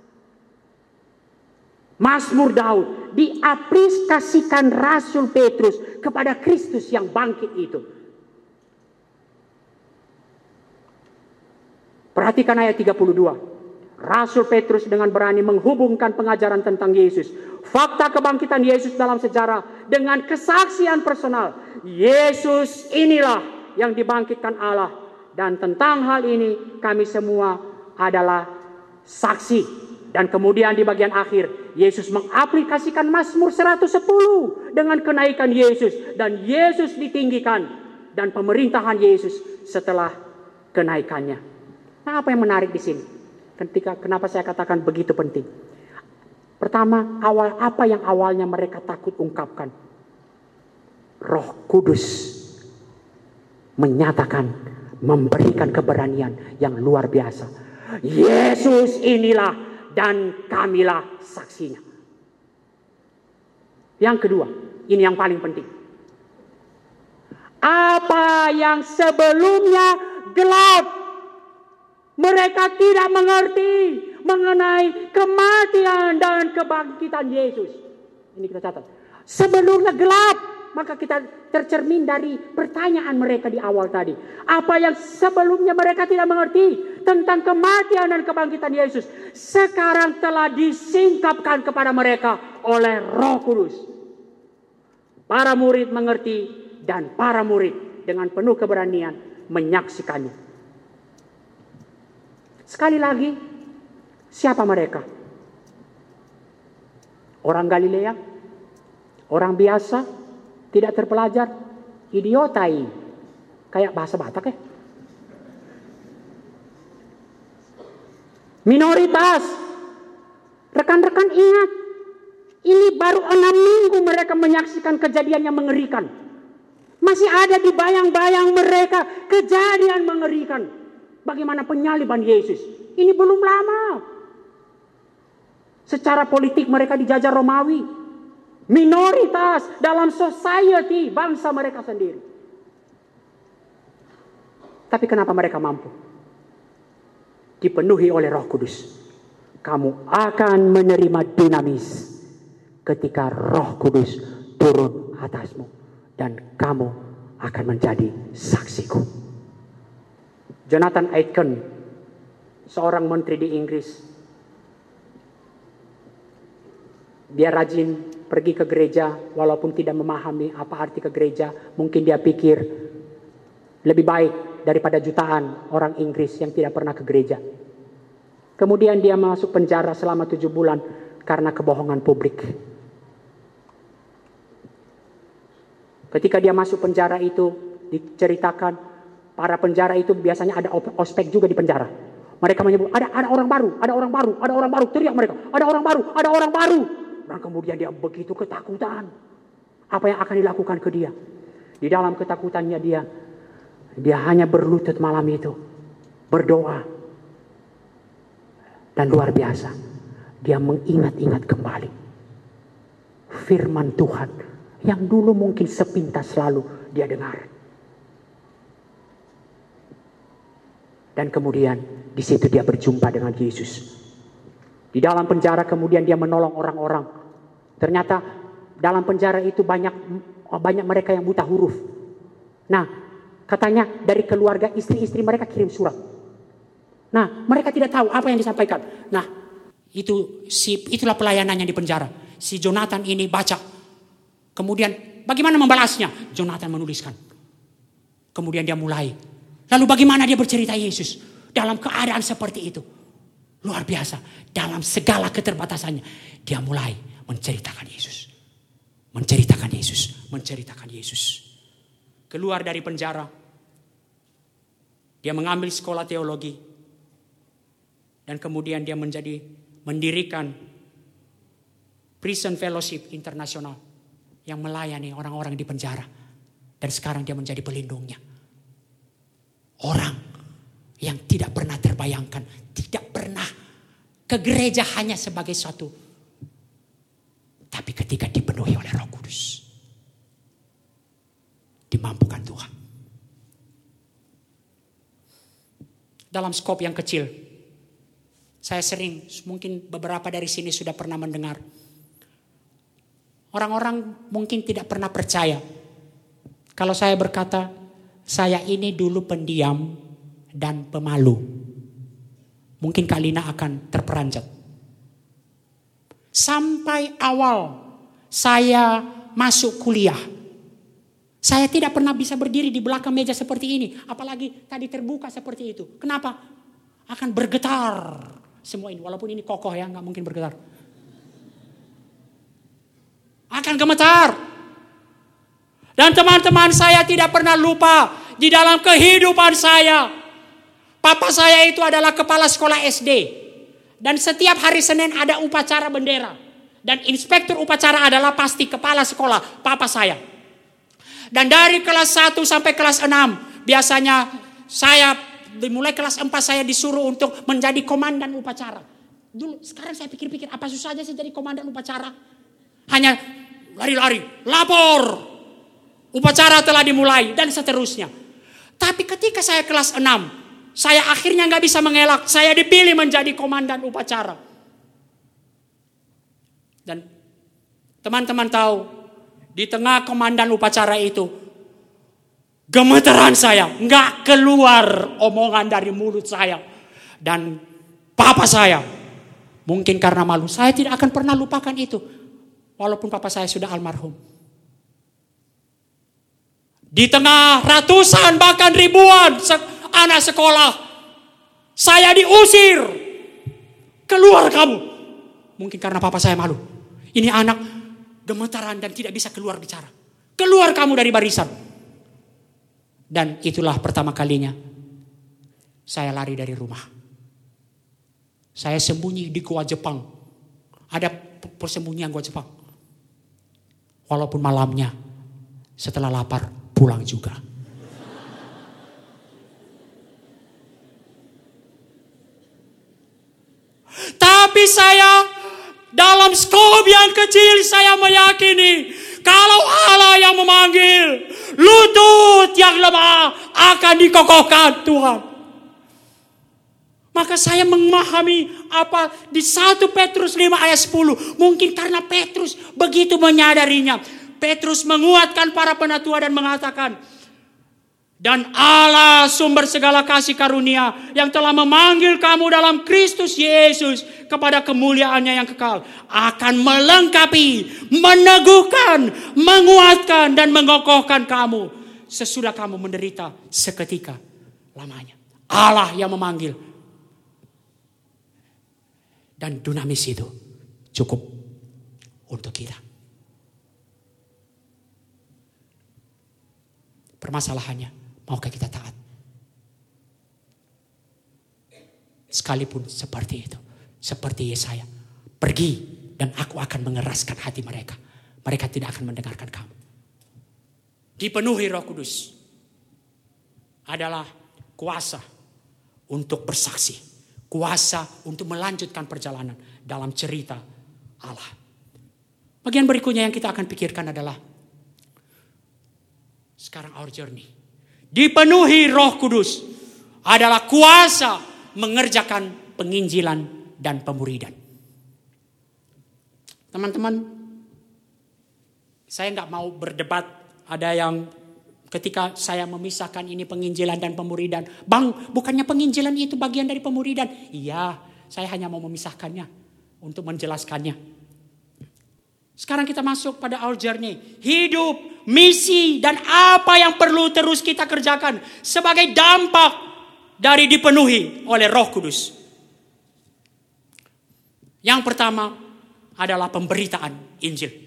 Mazmur Daud diaplikasikan Rasul Petrus kepada Kristus yang bangkit itu. Perhatikan ayat 32. Rasul Petrus dengan berani menghubungkan pengajaran tentang Yesus, fakta kebangkitan Yesus dalam sejarah dengan kesaksian personal. Yesus inilah yang dibangkitkan Allah. Dan tentang hal ini kami semua adalah saksi. Dan kemudian di bagian akhir, Yesus mengaplikasikan Mazmur 110 dengan kenaikan Yesus. Dan Yesus ditinggikan. Dan pemerintahan Yesus setelah kenaikannya. Nah, apa yang menarik di sini? Kenapa saya katakan begitu penting? Pertama, apa yang awalnya mereka takut ungkapkan? Roh Kudus menyatakan, memberikan keberanian yang luar biasa. Yesus inilah dan kamilah saksinya. Yang kedua, ini yang paling penting. Apa yang sebelumnya gelap, mereka tidak mengerti mengenai kematian dan kebangkitan Yesus. Ini kita catat. Sebelumnya gelap, maka kita tercermin dari pertanyaan mereka di awal tadi. Apa yang sebelumnya mereka tidak mengerti tentang kematian dan kebangkitan Yesus, sekarang telah disingkapkan kepada mereka oleh Roh Kudus. Para murid mengerti dan para murid dengan penuh keberanian menyaksikannya. Sekali lagi, siapa mereka? Orang Galilea? Orang biasa? Tidak terpelajar? Idiotai? Kayak bahasa Batak ya? Minoritas? Rekan-rekan ingat, ini baru 6 minggu mereka menyaksikan kejadian yang mengerikan. Masih ada di bayang-bayang mereka kejadian mengerikan. Bagaimana penyaliban Yesus? Ini belum lama. Secara politik mereka dijajah Romawi. Minoritas dalam society bangsa mereka sendiri. Tapi kenapa mereka mampu? Dipenuhi oleh Roh Kudus. Kamu akan menerima dinamis ketika Roh Kudus turun atasmu. Dan kamu akan menjadi saksiku. Jonathan Aitken, seorang menteri di Inggris. Dia rajin pergi ke gereja walaupun tidak memahami apa arti ke gereja. Mungkin dia pikir lebih baik daripada jutaan orang Inggris yang tidak pernah ke gereja. Kemudian dia masuk penjara selama 7 bulan karena kebohongan publik. Ketika dia masuk penjara itu diceritakan, para penjara itu biasanya ada ospek juga di penjara. Mereka menyebut ada orang baru, ada orang baru, ada orang baru, teriak mereka, ada orang baru, ada orang baru. Dan kemudian dia begitu ketakutan. Apa yang akan dilakukan ke dia? Di dalam ketakutannya dia hanya berlutut malam itu, berdoa. Dan luar biasa, dia mengingat-ingat kembali firman Tuhan yang dulu mungkin sepintas lalu dia dengar. Dan kemudian di situ dia berjumpa dengan Yesus. Di dalam penjara kemudian dia menolong orang-orang. Ternyata dalam penjara itu banyak mereka yang buta huruf. Nah, katanya dari keluarga istri-istri mereka kirim surat. Nah, mereka tidak tahu apa yang disampaikan. Nah, itulah pelayanannya di penjara. Si Jonathan ini baca. Kemudian bagaimana membalasnya? Jonathan menuliskan. Kemudian dia mulai. Lalu bagaimana dia bercerita Yesus dalam keadaan seperti itu? Luar biasa. Dalam segala keterbatasannya, dia mulai menceritakan Yesus. Menceritakan Yesus. Menceritakan Yesus. Keluar dari penjara. Dia mengambil sekolah teologi. Dan kemudian dia mendirikan Prison Fellowship Internasional yang melayani orang-orang di penjara. Dan sekarang dia menjadi pelindungnya. Orang yang tidak pernah terbayangkan, tidak pernah ke gereja hanya sebagai suatu, tapi ketika dipenuhi oleh Roh Kudus, dimampukan Tuhan. Dalam skop yang kecil, saya sering, mungkin beberapa dari sini sudah pernah mendengar, orang-orang mungkin tidak pernah percaya kalau saya berkata, saya ini dulu pendiam dan pemalu. Mungkin Kak Lina akan terperanjat. Sampai awal saya masuk kuliah, saya tidak pernah bisa berdiri di belakang meja seperti ini. Apalagi tadi terbuka seperti itu. Kenapa? Akan bergetar semua ini. Walaupun ini kokoh ya, gak mungkin bergetar. Akan gemetar. Dan teman-teman saya tidak pernah lupa di dalam kehidupan saya. Papa saya itu adalah kepala sekolah SD. Dan setiap hari Senin ada upacara bendera. Dan inspektur upacara adalah pasti kepala sekolah, papa saya. Dan dari kelas 1 sampai kelas 6, biasanya saya dimulai kelas 4 saya disuruh untuk menjadi komandan upacara. Dulu, sekarang saya pikir-pikir apa susahnya sih jadi komandan upacara? Hanya lari-lari, lapor. Upacara telah dimulai dan seterusnya. Tapi ketika saya kelas 6, saya akhirnya gak bisa mengelak. Saya dipilih menjadi komandan upacara. Dan teman-teman tahu, di tengah komandan upacara itu, gemeteran saya. Gak keluar omongan dari mulut saya. Dan papa saya, mungkin karena malu, saya tidak akan pernah lupakan itu. Walaupun papa saya sudah almarhum. Di tengah ratusan bahkan ribuan anak sekolah, saya diusir. Keluar kamu. Mungkin karena papa saya malu. Ini anak gemetaran dan tidak bisa keluar bicara. Keluar kamu dari barisan. Dan itulah pertama kalinya saya lari dari rumah. Saya sembunyi di gua Jepang. Ada persembunyian gua Jepang. Walaupun malamnya setelah lapar pulang juga. Tapi saya dalam skop yang kecil saya meyakini kalau Allah yang memanggil, lutut yang lemah akan dikokohkan Tuhan. Maka saya memahami apa di 1 Petrus 5 ayat 10. Mungkin karena Petrus begitu menyadarinya. Petrus menguatkan para penatua dan mengatakan, dan Allah sumber segala kasih karunia yang telah memanggil kamu dalam Kristus Yesus kepada kemuliaannya yang kekal akan melengkapi, meneguhkan, menguatkan dan mengokohkan kamu sesudah kamu menderita seketika lamanya. Allah yang memanggil. Dan dunamis itu cukup untuk kita. Permasalahannya, maukah kita taat? Sekalipun seperti itu. Seperti Yesaya. Pergi dan aku akan mengeraskan hati mereka. Mereka tidak akan mendengarkan kamu. Dipenuhi Roh Kudus adalah kuasa untuk bersaksi. Kuasa untuk melanjutkan perjalanan dalam cerita Allah. Bagian berikutnya yang kita akan pikirkan adalah Sekarang our journey. Dipenuhi Roh Kudus adalah kuasa mengerjakan penginjilan dan pemuridan. Teman-teman, saya nggak mau berdebat. Ada yang ketika saya memisahkan ini penginjilan dan pemuridan. Bang, bukannya penginjilan itu bagian dari pemuridan? Iya, saya hanya mau memisahkannya untuk menjelaskannya. Sekarang kita masuk pada our journey. Hidup, misi, dan apa yang perlu terus kita kerjakan sebagai dampak dari dipenuhi oleh Roh Kudus. Yang pertama adalah pemberitaan Injil.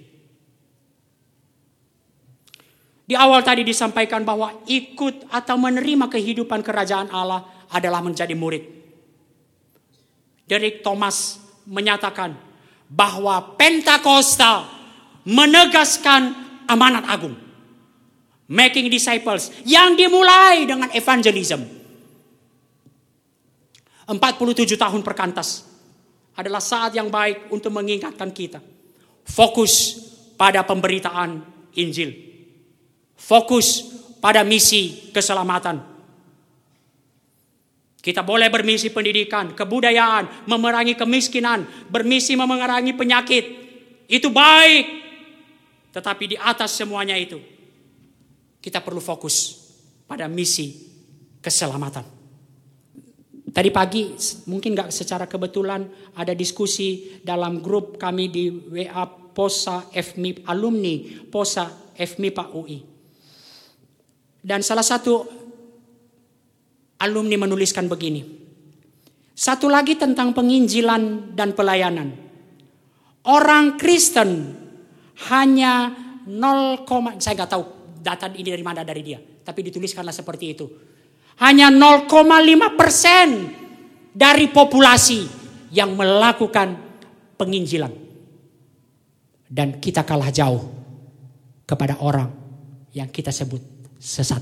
Di awal tadi disampaikan bahwa ikut atau menerima kehidupan kerajaan Allah adalah menjadi murid. Derek Thomas menyatakan bahwa Pentakosta menegaskan amanat agung. Making disciples yang dimulai dengan evangelism. 47 tahun perkantas adalah saat yang baik untuk mengingatkan kita. Fokus pada pemberitaan Injil. Fokus pada misi keselamatan. Kita boleh bermisi pendidikan, kebudayaan, memerangi kemiskinan, bermisi memerangi penyakit. Itu baik. Tetapi di atas semuanya itu, kita perlu fokus pada misi keselamatan. Tadi pagi mungkin gak secara kebetulan ada diskusi dalam grup kami di WA POSA FMIP alumni POSA FMIPA UI. Dan salah satu alumni menuliskan begini. Satu lagi tentang penginjilan dan pelayanan. Orang Kristen hanya 0, saya nggak tahu data ini dari mana dari dia. Tapi dituliskanlah seperti itu. Hanya 0,5% dari populasi yang melakukan penginjilan. Dan kita kalah jauh kepada orang yang kita sebut sesat.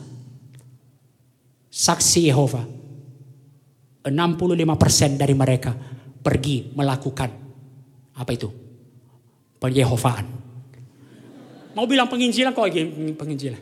Saksi Yehova, 65% dari mereka pergi melakukan apa itu? Penyehovaan. Mau bilang penginjilan kok penginjilan.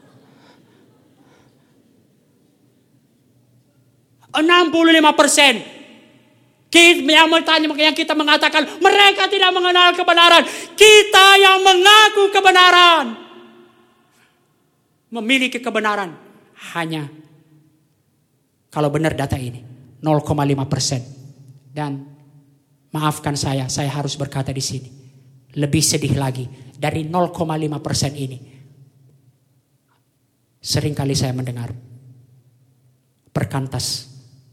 65%. Yang kita mengatakan mereka tidak mengenal kebenaran. Kita yang mengaku kebenaran. Memiliki kebenaran hanya, kalau benar data ini, 0,5%. Dan maafkan saya harus berkata di sini, lebih sedih lagi dari 0,5% ini. Seringkali saya mendengar perkantas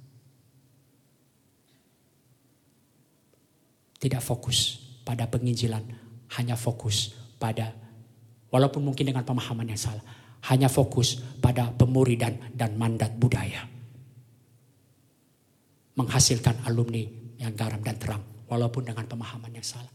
tidak fokus pada penginjilan, hanya fokus pada, walaupun mungkin dengan pemahaman yang salah, hanya fokus pada pemuridan dan mandat budaya. Menghasilkan alumni yang garam dan terang, walaupun dengan pemahaman yang salah.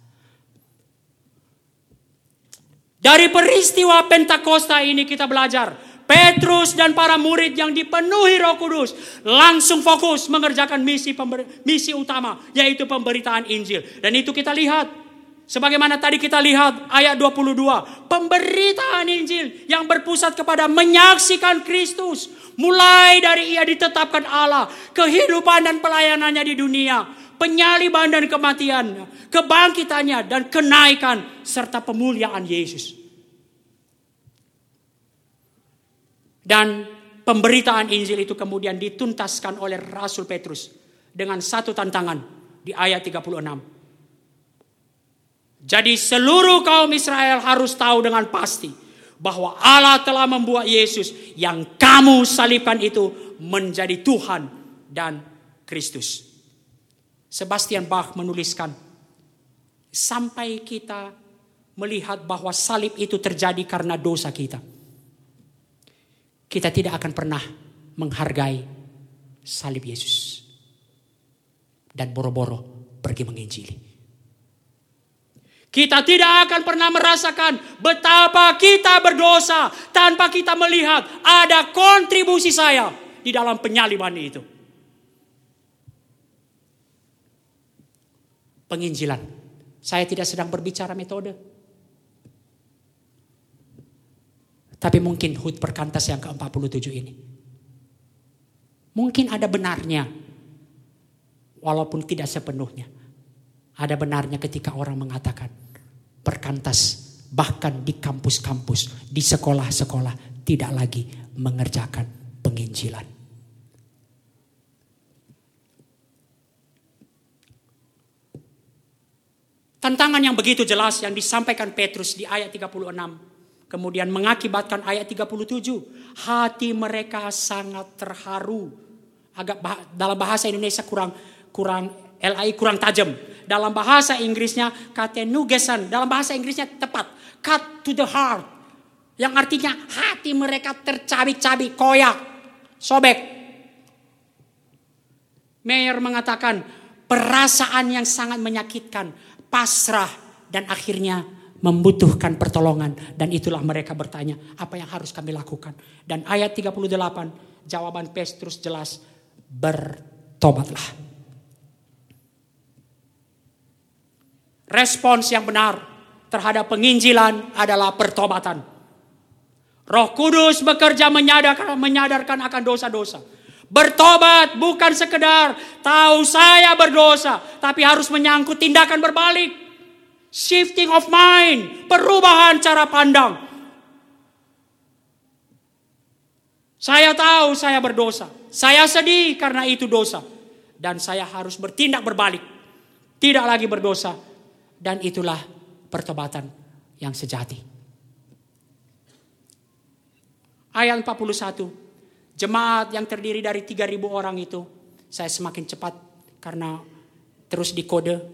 Dari peristiwa Pentakosta ini kita belajar, Petrus dan para murid yang dipenuhi Roh Kudus langsung fokus mengerjakan misi utama, yaitu pemberitaan Injil. Dan itu kita lihat, sebagaimana tadi kita lihat ayat 22, pemberitaan Injil yang berpusat kepada menyaksikan Kristus, mulai dari ia ditetapkan Allah, kehidupan dan pelayanannya di dunia, penyaliban dan kematian, kebangkitannya dan kenaikan serta pemuliaan Yesus. Dan pemberitaan Injil itu kemudian dituntaskan oleh Rasul Petrus dengan satu tantangan di ayat 36. Jadi seluruh kaum Israel harus tahu dengan pasti bahwa Allah telah membuat Yesus yang kamu salibkan itu menjadi Tuhan dan Kristus. Sebastian Bach menuliskan, sampai kita melihat bahwa salib itu terjadi karena dosa kita, kita tidak akan pernah menghargai salib Yesus dan boro-boro pergi menginjili. Kita tidak akan pernah merasakan betapa kita berdosa tanpa kita melihat ada kontribusi saya di dalam penyaliban itu. Penginjilan. Saya tidak sedang berbicara metode. Tapi mungkin HUT Perkantas yang ke-47 ini, mungkin ada benarnya, walaupun tidak sepenuhnya. Ada benarnya ketika orang mengatakan Perkantas bahkan di kampus-kampus, di sekolah-sekolah tidak lagi mengerjakan penginjilan. Tantangan yang begitu jelas yang disampaikan Petrus di ayat 36. Kemudian mengakibatkan ayat 37. Hati mereka sangat terharu. Dalam bahasa Indonesia kurang LAI kurang tajam. Dalam bahasa Inggrisnya katenugesan. Dalam bahasa Inggrisnya tepat. Cut to the heart. Yang artinya hati mereka tercabik-cabik, koyak, sobek. Meyer mengatakan perasaan yang sangat menyakitkan, pasrah, dan akhirnya membutuhkan pertolongan. Dan itulah mereka bertanya, apa yang harus kami lakukan? Dan ayat 38, jawaban Petrus jelas, bertobatlah. Respons yang benar terhadap penginjilan adalah pertobatan. Roh Kudus bekerja menyadarkan akan dosa-dosa. Bertobat bukan sekedar tahu saya berdosa, tapi harus menyangkut tindakan berbalik. Shifting of mind, perubahan cara pandang. Saya tahu saya berdosa. Saya sedih karena itu dosa. Dan saya harus bertindak berbalik. Tidak lagi berdosa. Dan itulah pertobatan yang sejati. Ayat 41. Jemaat yang terdiri dari 3.000 orang itu. Saya semakin cepat karena terus dikode.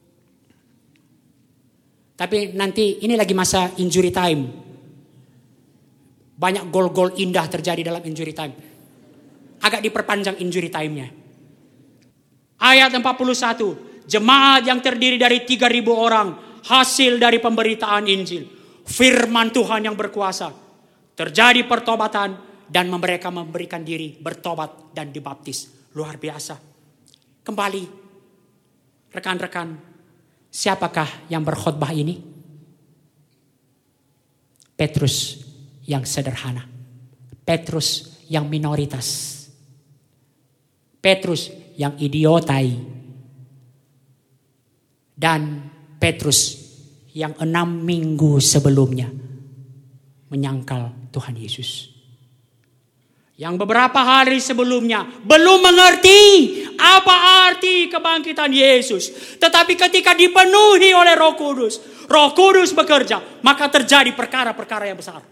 Tapi nanti ini lagi masa injury time. Banyak gol-gol indah terjadi dalam injury time. Agak diperpanjang injury time-nya. Ayat 41. Jemaat yang terdiri dari 3.000 orang. Hasil dari pemberitaan Injil. Firman Tuhan yang berkuasa. Terjadi pertobatan. Dan mereka memberikan diri bertobat dan dibaptis. Luar biasa. Kembali. Rekan-rekan. Siapakah yang berkhotbah ini? Petrus yang sederhana. Petrus yang minoritas. Petrus yang idiotai. Dan Petrus yang 6 minggu sebelumnya menyangkal Tuhan Yesus. Yang beberapa hari sebelumnya belum mengerti apa arti kebangkitan Yesus. Tetapi ketika dipenuhi oleh Roh Kudus bekerja, maka terjadi perkara-perkara yang besar.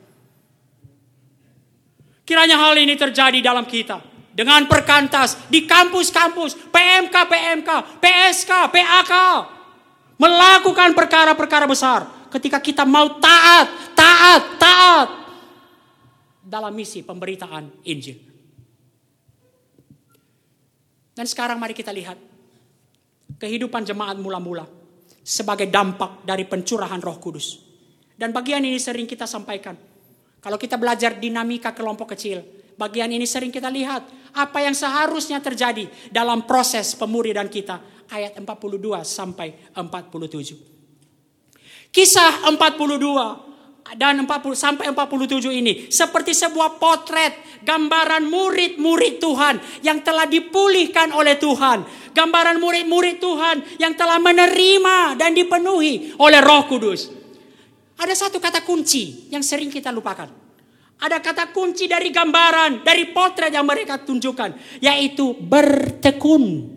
Kiranya hal ini terjadi dalam kita. Dengan Perkantas, di kampus-kampus, PMK, PSK, PAK. Melakukan perkara-perkara besar. Ketika kita mau taat dalam misi pemberitaan Injil. Dan sekarang mari kita lihat kehidupan jemaat mula-mula sebagai dampak dari pencurahan Roh Kudus. Dan bagian ini sering kita sampaikan. Kalau kita belajar dinamika kelompok kecil, bagian ini sering kita lihat apa yang seharusnya terjadi dalam proses pemuridan kita. Ayat 42 sampai 47. Kisah 42 dan 40 sampai 47 ini seperti sebuah potret gambaran murid-murid Tuhan yang telah dipulihkan oleh Tuhan. Gambaran murid-murid Tuhan yang telah menerima dan dipenuhi oleh Roh Kudus. Ada satu kata kunci yang sering kita lupakan. Ada kata kunci dari gambaran, dari potret yang mereka tunjukkan, yaitu bertekun.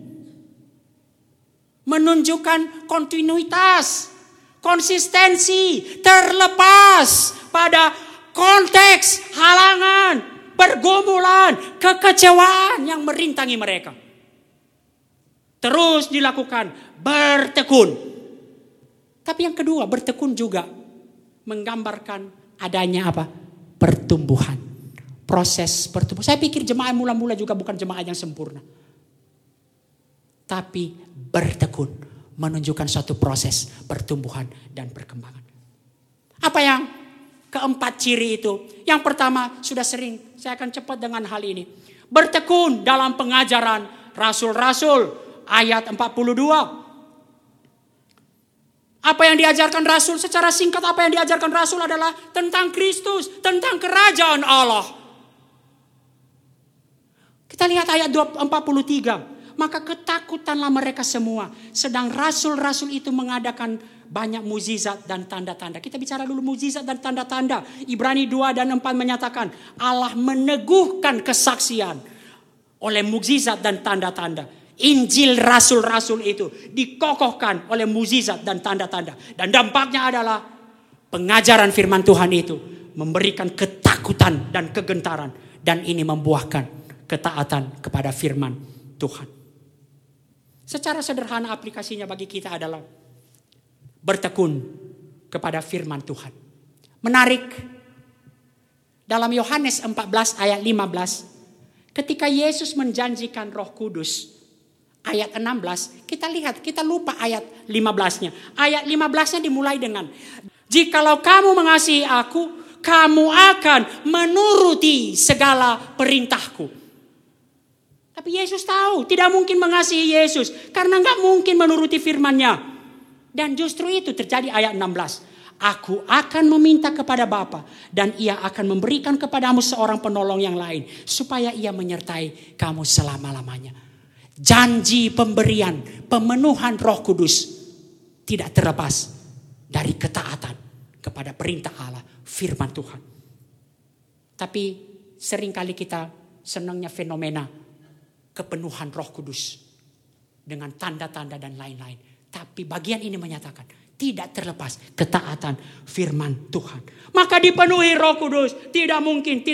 Menunjukkan kontinuitas, konsistensi, terlepas pada konteks halangan, pergumulan, kekecewaan yang merintangi mereka. Terus dilakukan bertekun. Tapi yang kedua, bertekun juga menggambarkan adanya apa? Pertumbuhan. Proses pertumbuhan. Saya pikir jemaat mula-mula juga bukan jemaat yang sempurna. Tapi bertekun menunjukkan suatu proses pertumbuhan dan perkembangan. Apa yang keempat ciri itu? Yang pertama sudah sering, saya akan cepat dengan hal ini. Bertekun dalam pengajaran rasul-rasul, ayat 42. Apa yang diajarkan Rasul secara singkat, apa yang diajarkan Rasul adalah tentang Kristus, tentang kerajaan Allah. Kita lihat ayat 43. Maka ketakutanlah mereka semua. Sedang rasul-rasul itu mengadakan banyak mukjizat dan tanda-tanda. Kita bicara dulu mukjizat dan tanda-tanda. Ibrani 2 dan 4 menyatakan Allah meneguhkan kesaksian oleh mukjizat dan tanda-tanda. Injil rasul-rasul itu dikokohkan oleh mukjizat dan tanda-tanda. Dan dampaknya adalah pengajaran firman Tuhan itu memberikan ketakutan dan kegentaran. Dan ini membuahkan ketaatan kepada firman Tuhan. Secara sederhana aplikasinya bagi kita adalah bertekun kepada firman Tuhan. Menarik, dalam Yohanes 14 ayat 15, ketika Yesus menjanjikan Roh Kudus, ayat 16, kita lihat, kita lupa ayat 15-nya. Ayat 15-nya dimulai dengan, jikalau kamu mengasihi aku, kamu akan menuruti segala perintahku. Tapi Yesus tahu, tidak mungkin mengasihi Yesus, karena gak mungkin menuruti firman-Nya. Dan justru itu terjadi ayat 16. Aku akan meminta kepada Bapa, dan ia akan memberikan kepadamu seorang penolong yang lain, supaya ia menyertai kamu selama-lamanya. Janji pemberian, pemenuhan Roh Kudus tidak terlepas dari ketaatan kepada perintah Allah, firman Tuhan. Tapi seringkali kita senangnya fenomena kepenuhan Roh Kudus dengan tanda-tanda dan lain-lain. Tapi bagian ini menyatakan tidak terlepas ketaatan firman Tuhan. Maka dipenuhi Roh Kudus, tidak mungkin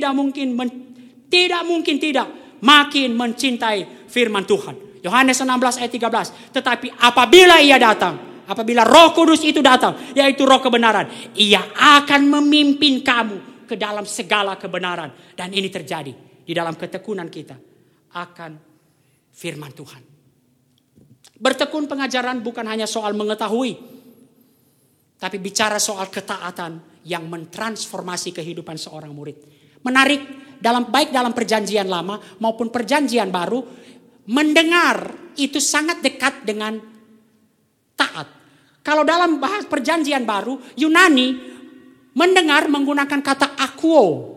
makin mencintai firman Tuhan. Yohanes 16 ayat 13. Tetapi apabila ia datang, apabila Roh Kudus itu datang, yaitu Roh kebenaran, ia akan memimpin kamu ke dalam segala kebenaran. Dan ini terjadi di dalam ketekunan kita akan firman Tuhan. Bertekun pengajaran bukan hanya soal mengetahui, tapi bicara soal ketaatan yang mentransformasi kehidupan seorang murid. Menarik, baik dalam perjanjian lama maupun perjanjian baru, mendengar itu sangat dekat dengan taat. Kalau dalam bahas perjanjian baru, Yunani mendengar menggunakan kata akuo.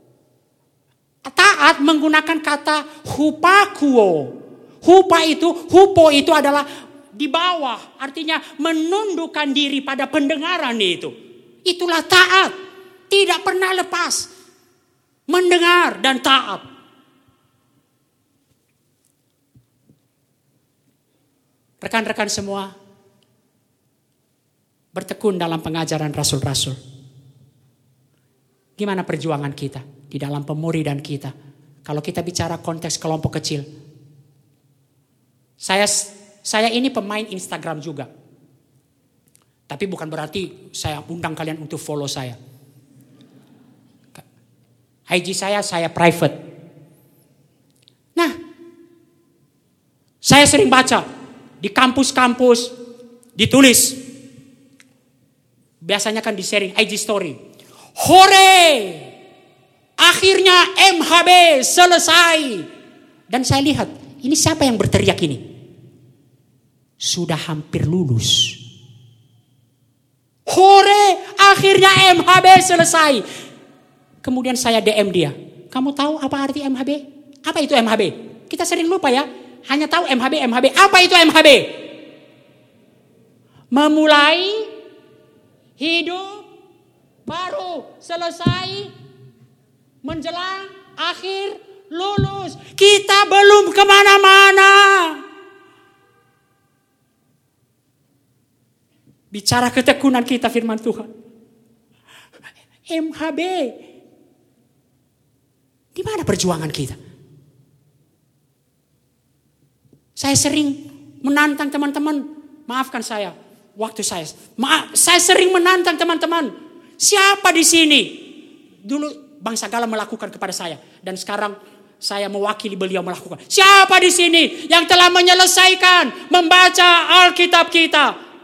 Taat menggunakan kata hupakuo. Hupo itu adalah di bawah, artinya menundukkan diri pada pendengaran itu. Itulah taat, tidak pernah lepas mendengar dan taat. Rekan-rekan semua, bertekun dalam pengajaran rasul-rasul. Gimana perjuangan kita di dalam pemuridan kita? Kalau kita bicara konteks kelompok kecil. Saya ini pemain Instagram juga. Tapi bukan berarti saya undang kalian untuk follow saya. IG saya private. Nah, saya sering baca di kampus-kampus ditulis. Biasanya kan di sharing IG story. Hore! Akhirnya MHB selesai. Dan saya lihat, ini siapa yang berteriak ini? Sudah hampir lulus. Hore! Akhirnya MHB selesai. Kemudian saya DM dia. Kamu tahu apa arti MHB? Apa itu MHB? Kita sering lupa ya. Hanya tahu MHB. Apa itu MHB? Memulai hidup baru, selesai, menjelang akhir, lulus. Kita belum kemana-mana. Bicara ketekunan kita firman Tuhan. MHB. Di mana perjuangan kita? Saya sering menantang teman-teman. Maafkan saya. Waktu saya sering menantang teman-teman. Siapa di sini? Dulu Bang Sagala melakukan kepada saya. Dan sekarang saya mewakili beliau melakukan. Siapa di sini yang telah menyelesaikan membaca Alkitab kita?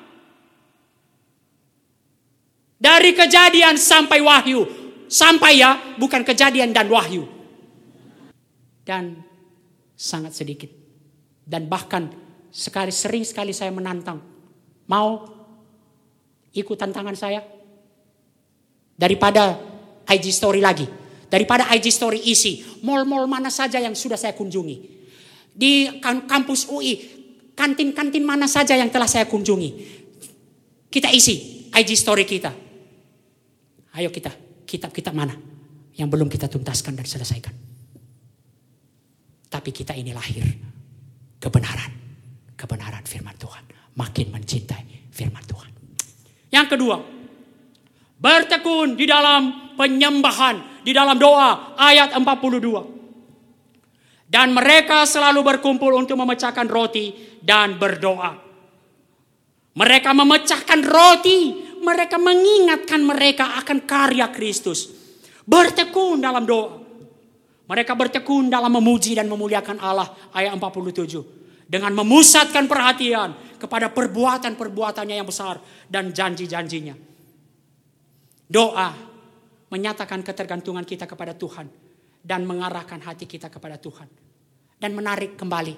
Dari Kejadian sampai Wahyu. Sampai ya, bukan Kejadian dan Wahyu. Dan sangat sedikit. Dan bahkan sering sekali saya menantang. Mau Ikut tantangan saya. Daripada IG story lagi. Daripada IG story isi. Mall-mall mana saja yang sudah saya kunjungi. Di kampus UI. Kantin-kantin mana saja yang telah saya kunjungi. Kita isi IG story kita. Ayo kita. Kitab-kitab mana yang belum kita tuntaskan dan selesaikan. Tapi kita ini lahir. Kebenaran. Kebenaran firman Tuhan. Makin mencintai firman Tuhan. Yang kedua. Bertekun di dalam penyembahan. Di dalam doa. Ayat 42. Dan mereka selalu berkumpul untuk memecahkan roti dan berdoa. Mereka memecahkan roti. Mereka mengingatkan mereka akan karya Kristus. Bertekun dalam doa. Mereka bertekun dalam memuji dan memuliakan Allah. Ayat 47. Dengan memusatkan perhatian kepada perbuatan-perbuatannya yang besar dan janji-janjinya. Doa menyatakan ketergantungan kita kepada Tuhan. Dan mengarahkan hati kita kepada Tuhan. Dan menarik kembali.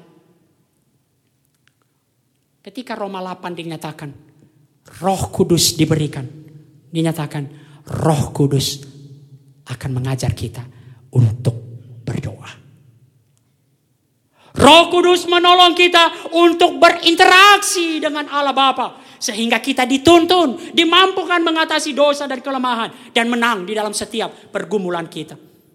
Ketika Roma 8 dinyatakan. Roh Kudus diberikan. Dinyatakan Roh Kudus akan mengajar kita untuk berdoa. Roh Kudus menolong kita untuk berinteraksi dengan Allah Bapa. Sehingga kita dituntun, dimampukan mengatasi dosa dan kelemahan. Dan menang di dalam setiap pergumulan kita.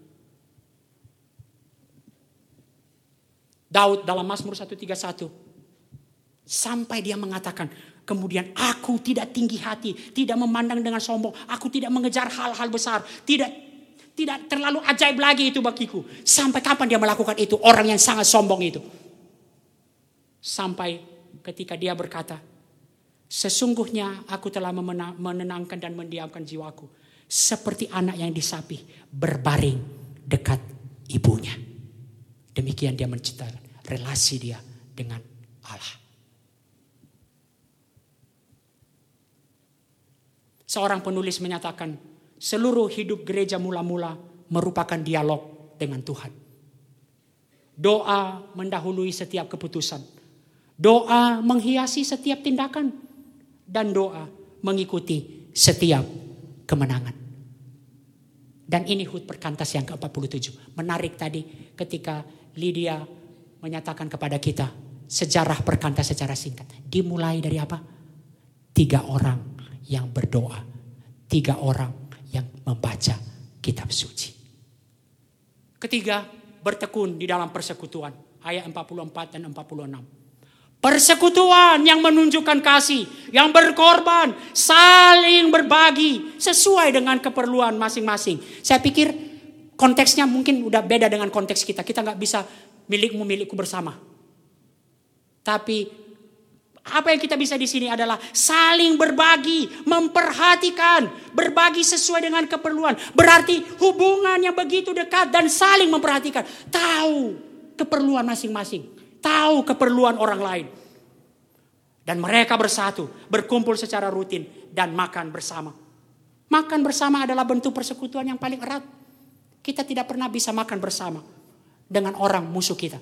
Daud dalam Mazmur 131. Sampai dia mengatakan, kemudian aku tidak tinggi hati, tidak memandang dengan sombong, aku tidak mengejar hal-hal besar, tidak terlalu ajaib lagi itu bagiku. Sampai kapan dia melakukan itu? Orang yang sangat sombong itu. Sampai ketika dia berkata, sesungguhnya aku telah menenangkan dan mendiamkan jiwaku. Seperti anak yang disapih berbaring dekat ibunya. Demikian dia menciptakan relasi dia dengan Allah. Seorang penulis menyatakan, seluruh hidup gereja mula-mula merupakan dialog dengan Tuhan. Doa mendahului setiap keputusan. Doa menghiasi setiap tindakan. Dan doa mengikuti setiap kemenangan. Dan ini HUT Perkantas yang ke-47. Menarik tadi ketika Lydia menyatakan kepada kita sejarah perkantas secara singkat. Dimulai dari apa? 3 orang yang berdoa. 3 orang yang membaca kitab suci. Ketiga, bertekun di dalam persekutuan. Ayat 44 dan 46. Persekutuan yang menunjukkan kasih. Yang berkorban. Saling berbagi. Sesuai dengan keperluan masing-masing. Saya pikir konteksnya mungkin udah beda dengan konteks kita. Kita gak bisa milikmu milikku bersama. Tapi apa yang kita bisa di sini adalah saling berbagi, memperhatikan, berbagi sesuai dengan keperluan. Berarti hubungan yang begitu dekat dan saling memperhatikan. Tahu keperluan masing-masing, tahu keperluan orang lain. Dan mereka bersatu, berkumpul secara rutin dan makan bersama. Makan bersama adalah bentuk persekutuan yang paling erat. Kita tidak pernah bisa makan bersama dengan orang musuh kita.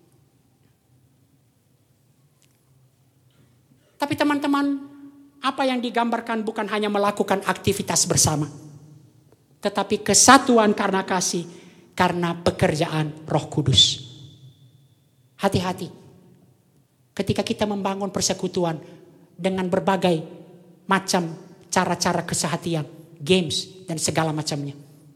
Tapi teman-teman, apa yang digambarkan bukan hanya melakukan aktivitas bersama. Tetapi kesatuan karena kasih, karena pekerjaan Roh Kudus. Hati-hati. Ketika kita membangun persekutuan dengan berbagai macam cara-cara kesehatian, games, dan segala macamnya.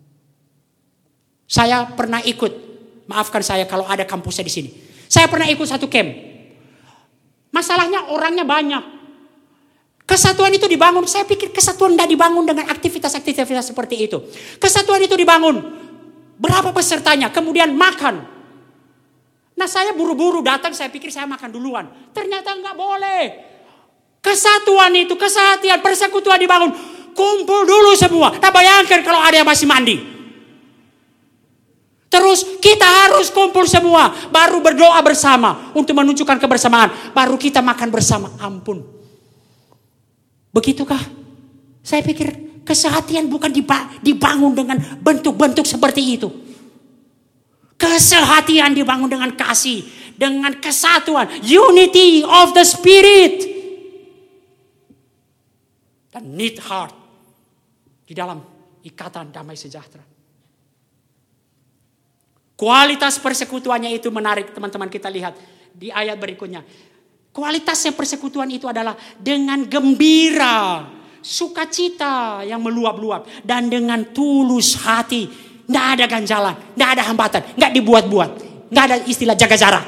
Saya pernah ikut, maafkan saya kalau ada kampusnya di sini. Saya pernah ikut satu camp. Masalahnya orangnya banyak. Kesatuan itu dibangun. Saya pikir kesatuan tidak dibangun dengan aktivitas-aktivitas seperti itu. Kesatuan itu dibangun. Berapa pesertanya? Kemudian makan. Nah saya buru-buru datang. Saya pikir saya makan duluan. Ternyata nggak boleh. Kesatuan itu, kesehatian, persekutuan dibangun. Kumpul dulu semua. Nah bayangkan kalau ada yang masih mandi. Terus kita harus kumpul semua. Baru berdoa bersama. Untuk menunjukkan kebersamaan. Baru kita makan bersama. Ampun. Begitukah? Saya pikir kesehatian bukan dibangun dengan bentuk-bentuk seperti itu. Kesehatian dibangun dengan kasih. Dengan kesatuan. Unity of the Spirit. Dan knit heart di dalam ikatan damai sejahtera. Kualitas persekutuannya itu menarik, teman-teman. Kita lihat di ayat berikutnya. Kualitasnya persekutuan itu adalah dengan gembira, sukacita yang meluap-luap, dan dengan tulus hati. Tidak ada ganjalan, tidak ada hambatan, tidak dibuat-buat, tidak ada istilah jaga jarak.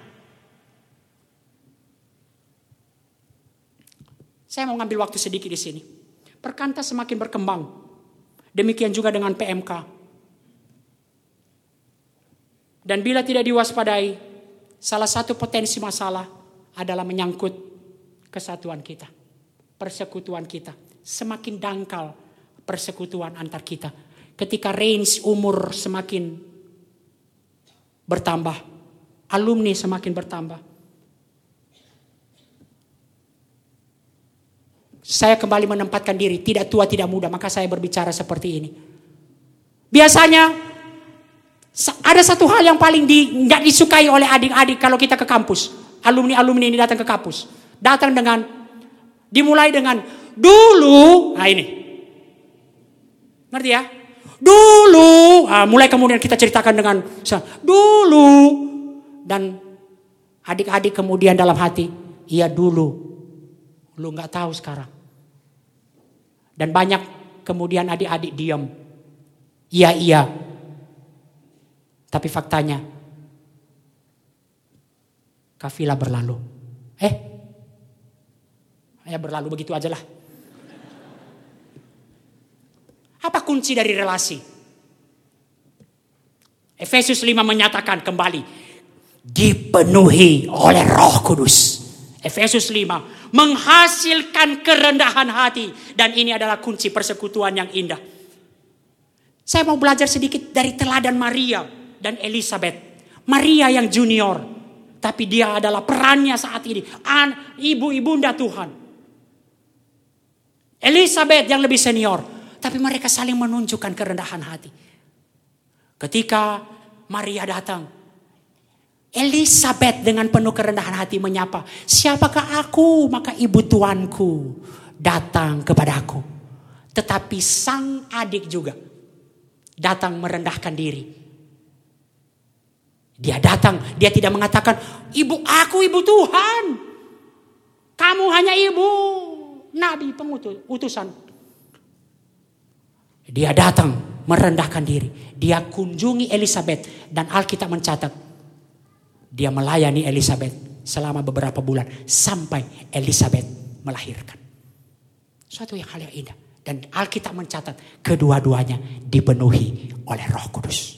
Saya mau ngambil waktu sedikit di sini. Perkantas semakin berkembang. Demikian juga dengan PMK. Dan bila tidak diwaspadai, salah satu potensi masalah adalah menyangkut kesatuan kita, persekutuan kita. Semakin dangkal persekutuan antar kita. Ketika range umur semakin bertambah, alumni semakin bertambah. Saya kembali menempatkan diri, tidak tua tidak muda, maka saya berbicara seperti ini. Biasanya ada satu hal yang paling nggak disukai oleh adik-adik kalau kita ke kampus. Alumni-alumni ini datang ke kampus. Dimulai dengan dulu. Nah ini. Ngerti ya? Dulu. Mulai kemudian kita ceritakan dengan dulu. Dan adik-adik kemudian dalam hati. Iya dulu. Lu nggak tahu sekarang. Dan banyak kemudian adik-adik diam. Iya. Tapi faktanya kafilah berlalu. Ya berlalu begitu aja lah. Apa kunci dari relasi? Efesus 5 menyatakan kembali, dipenuhi oleh Roh Kudus. Efesus 5 menghasilkan kerendahan hati, dan ini adalah kunci persekutuan yang indah. Saya mau belajar sedikit dari teladan Maria dan Elizabeth. Maria yang junior, tapi dia adalah perannya saat ini ibu-ibunda Tuhan. Elizabeth yang lebih senior, tapi mereka saling menunjukkan kerendahan hati. Ketika Maria datang, Elizabeth dengan penuh kerendahan hati menyapa, siapakah aku? Maka ibu tuanku datang kepadaku. Tetapi sang adik juga datang merendahkan diri. Dia datang, dia tidak mengatakan, aku ibu Tuhan. Kamu hanya ibu, nabi, utusan. Dia datang merendahkan diri. Dia kunjungi Elizabeth, dan Alkitab mencatat, dia melayani Elizabeth selama beberapa bulan sampai Elizabeth melahirkan. Suatu hal yang indah. Dan Alkitab mencatat kedua-duanya dipenuhi oleh Roh Kudus.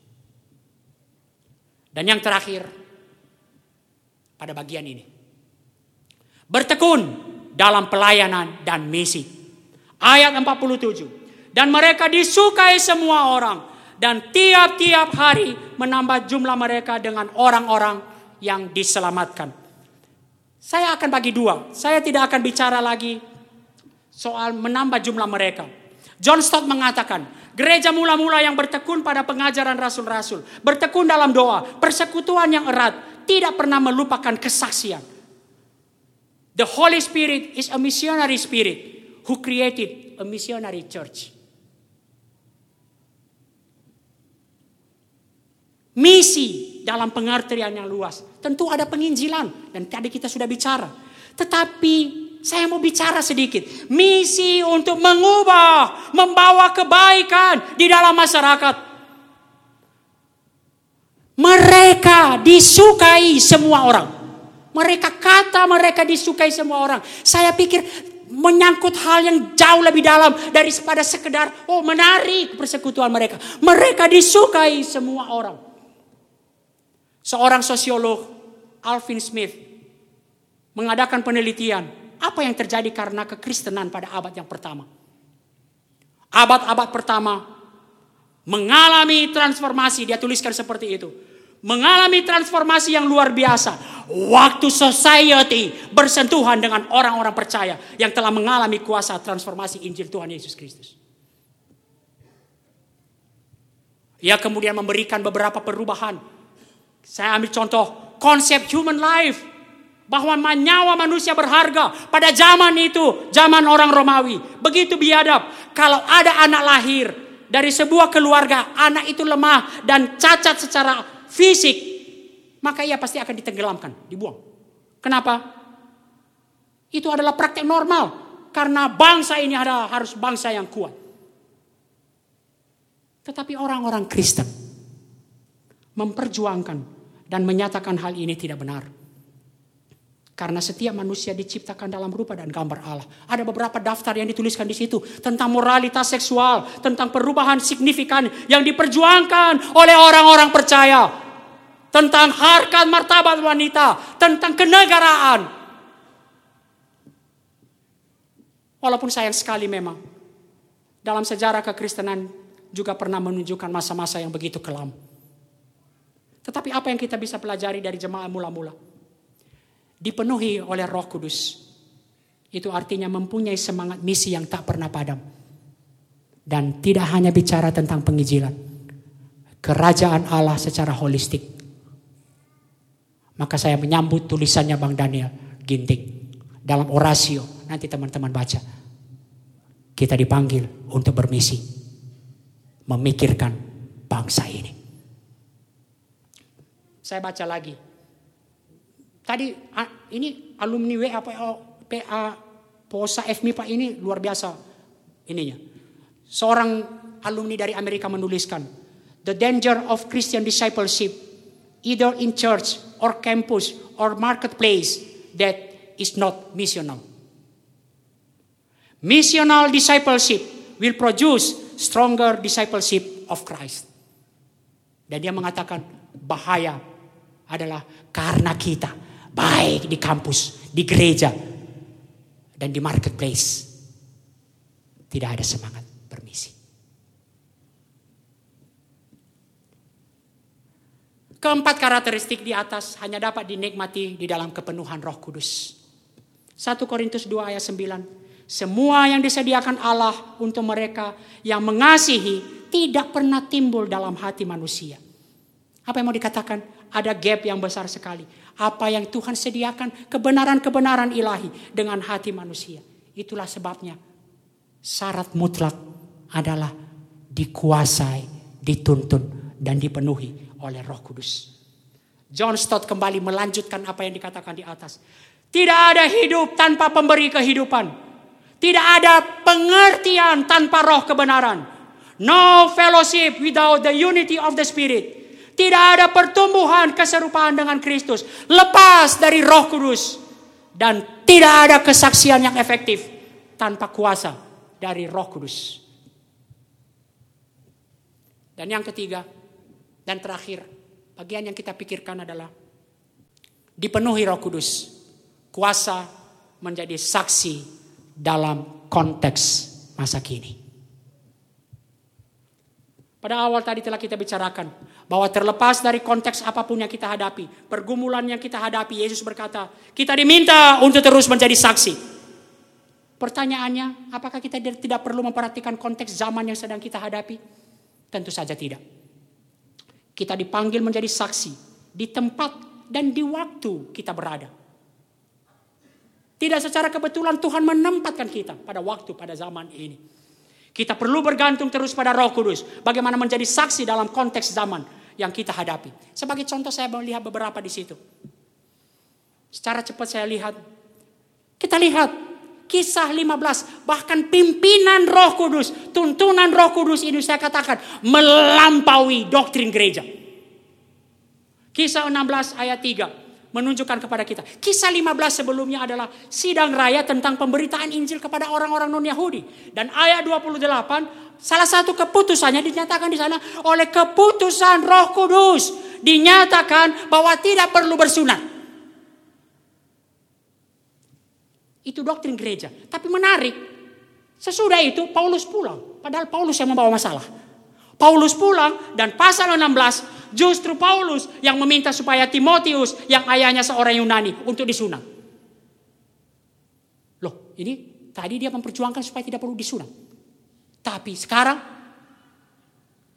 Dan yang terakhir pada bagian ini, bertekun dalam pelayanan dan misi. Ayat 47. Dan mereka disukai semua orang, dan tiap-tiap hari menambah jumlah mereka dengan orang-orang yang diselamatkan. Saya akan bagi dua. Saya tidak akan bicara lagi soal menambah jumlah mereka. John Stott mengatakan, gereja mula-mula yang bertekun pada pengajaran rasul-rasul, bertekun dalam doa, persekutuan yang erat, tidak pernah melupakan kesaksian. The Holy Spirit is a missionary spirit who created a missionary church. Misi dalam pengertian yang luas. Tentu ada penginjilan, dan tadi kita sudah bicara. Tetapi saya mau bicara sedikit. Misi untuk mengubah, membawa kebaikan di dalam masyarakat. Mereka disukai semua orang. Mereka disukai semua orang. Saya pikir menyangkut hal yang jauh lebih dalam daripada sekedar menarik persekutuan mereka. Mereka disukai semua orang. Seorang sosiolog, Alvin Smith, mengadakan penelitian apa yang terjadi karena kekristenan pada abad yang pertama. Abad-abad pertama mengalami transformasi, dia tuliskan seperti itu. Mengalami transformasi yang luar biasa. Waktu society bersentuhan dengan orang-orang percaya yang telah mengalami kuasa transformasi Injil Tuhan Yesus Kristus. Ia kemudian memberikan beberapa perubahan. Saya ambil contoh konsep human life. bahwa nyawa manusia berharga pada zaman itu, zaman orang Romawi. Begitu biadab. Kalau ada anak lahir dari sebuah keluarga, anak itu lemah dan cacat secara fisik, maka ia pasti akan ditenggelamkan, dibuang. Kenapa? Itu adalah praktek normal. Karena bangsa ini harus bangsa yang kuat. Tetapi orang-orang Kristen memperjuangkan dan menyatakan hal ini tidak benar. Karena setiap manusia diciptakan dalam rupa dan gambar Allah. Ada beberapa daftar yang dituliskan di situ tentang moralitas seksual, tentang perubahan signifikan yang diperjuangkan oleh orang-orang percaya, tentang harkat martabat wanita, tentang kenegaraan. Walaupun sayang sekali memang dalam sejarah kekristenan juga pernah menunjukkan masa-masa yang begitu kelam. Tetapi apa yang kita bisa pelajari dari jemaat mula-mula? Dipenuhi oleh Roh Kudus. Itu artinya mempunyai semangat misi yang tak pernah padam. Dan tidak hanya bicara tentang penginjilan. Kerajaan Allah secara holistik. Maka saya menyambut tulisannya Bang Daniel Ginting. Dalam orasio, nanti teman-teman baca. Kita dipanggil untuk bermisi. Memikirkan bangsa ini. Saya baca lagi. Tadi ini alumni PA POSA FMIPA ini luar biasa ininya. Seorang alumni dari Amerika menuliskan, the danger of Christian discipleship, either in church or campus or marketplace, that is not missional. Missional discipleship will produce stronger discipleship of Christ. Dan dia mengatakan bahaya adalah karena kita baik di kampus, di gereja, dan di marketplace tidak ada semangat bermisi. Keempat karakteristik di atas hanya dapat dinikmati di dalam kepenuhan Roh Kudus. 1 Korintus 2 ayat 9. Semua yang disediakan Allah untuk mereka yang mengasihi tidak pernah timbul dalam hati manusia. Apa yang mau dikatakan? Ada gap yang besar sekali. Apa yang Tuhan sediakan, kebenaran-kebenaran ilahi dengan hati manusia. Itulah sebabnya syarat mutlak adalah dikuasai, dituntun, dan dipenuhi oleh Roh Kudus. John Stott kembali melanjutkan apa yang dikatakan di atas. Tidak ada hidup tanpa pemberi kehidupan. Tidak ada pengertian tanpa roh kebenaran. No fellowship without the unity of the Spirit. Tidak ada pertumbuhan keserupaan dengan Kristus lepas dari Roh Kudus. Dan tidak ada kesaksian yang efektif tanpa kuasa dari Roh Kudus. Dan yang ketiga dan terakhir, bagian yang kita pikirkan adalah dipenuhi Roh Kudus. Kuasa menjadi saksi dalam konteks masa kini. Pada awal tadi telah kita bicarakan bahwa terlepas dari konteks apapun yang kita hadapi, pergumulan yang kita hadapi, Yesus berkata, kita diminta untuk terus menjadi saksi. Pertanyaannya, apakah kita tidak perlu memperhatikan konteks zaman yang sedang kita hadapi? Tentu saja tidak. Kita dipanggil menjadi saksi di tempat dan di waktu kita berada. Tidak secara kebetulan Tuhan menempatkan kita pada waktu, pada zaman ini. Kita perlu bergantung terus pada Roh Kudus. Bagaimana menjadi saksi dalam konteks zaman yang kita hadapi. Sebagai contoh saya melihat beberapa di situ. Secara cepat saya lihat. Kita lihat Kisah 15. Bahkan pimpinan Roh Kudus, tuntunan Roh Kudus ini saya katakan melampaui doktrin gereja. Kisah 16 ayat 3. Menunjukkan kepada kita. Kisah 15 sebelumnya adalah sidang raya tentang pemberitaan Injil kepada orang-orang non-Yahudi. Dan ayat 28, salah satu keputusannya dinyatakan di sana oleh keputusan Roh Kudus. Dinyatakan bahwa tidak perlu bersunat. Itu doktrin gereja. Tapi menarik, sesudah itu Paulus pulang. Padahal Paulus yang membawa masalah. Paulus pulang dan pasal 16 justru Paulus yang meminta supaya Timotius yang ayahnya seorang Yunani untuk disunat. Loh, ini tadi dia memperjuangkan supaya tidak perlu disunat. Tapi sekarang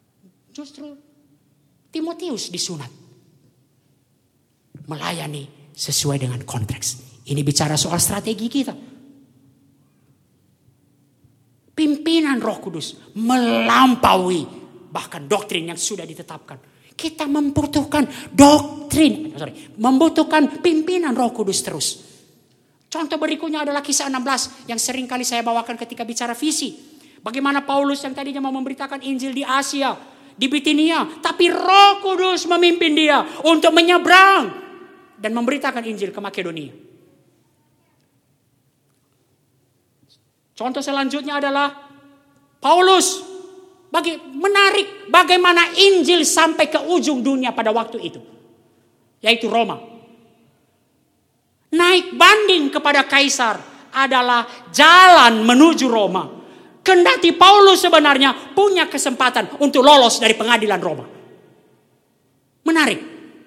justru Timotius disunat. Melayani sesuai dengan konteks. Ini bicara soal strategi kita. Pimpinan Roh Kudus melampaui bahkan doktrin yang sudah ditetapkan. Kita membutuhkan membutuhkan pimpinan Roh Kudus terus. Contoh berikutnya adalah Kisah 16 yang sering kali saya bawakan ketika bicara visi. Bagaimana Paulus yang tadinya mau memberitakan Injil di Asia, di Bitinia, tapi Roh Kudus memimpin dia untuk menyeberang dan memberitakan Injil ke Makedonia. Contoh selanjutnya adalah Paulus menarik bagaimana Injil sampai ke ujung dunia pada waktu itu, yaitu Roma. Naik banding kepada Kaisar adalah jalan menuju Roma. Kendati Paulus sebenarnya punya kesempatan untuk lolos dari pengadilan Roma. Menarik.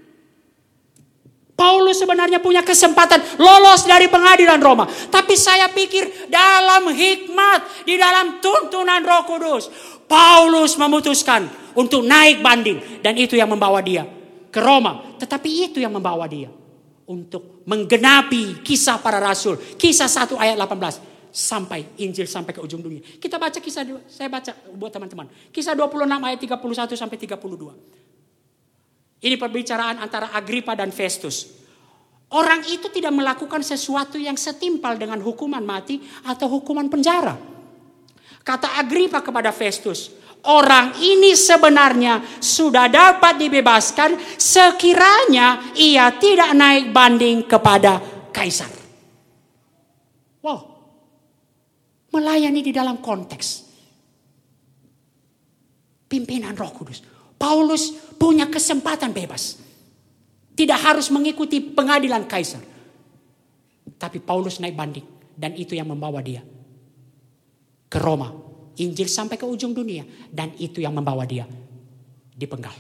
Paulus sebenarnya punya kesempatan lolos dari pengadilan Roma. Tapi saya pikir dalam hikmat, di dalam tuntunan Roh Kudus, Paulus memutuskan untuk naik banding. Dan itu yang membawa dia ke Roma. Tetapi itu yang membawa dia untuk menggenapi kisah para rasul. Kisah 1 ayat 18. Sampai Injil sampai ke ujung dunia. Kita baca kisah, saya baca buat teman-teman. Kisah 26 ayat 31 sampai 32. Ini perbicaraan antara Agripa dan Festus. Orang itu tidak melakukan sesuatu yang setimpal dengan hukuman mati atau hukuman penjara. Kata Agripa kepada Festus, orang ini sebenarnya sudah dapat dibebaskan sekiranya ia tidak naik banding kepada Kaisar. Wow, melayani di dalam konteks pimpinan Roh Kudus. Paulus punya kesempatan bebas. Tidak harus mengikuti pengadilan Kaisar. Tapi Paulus naik banding. Dan itu yang membawa dia ke Roma. Injil sampai ke ujung dunia. Dan itu yang membawa dia dipenggal.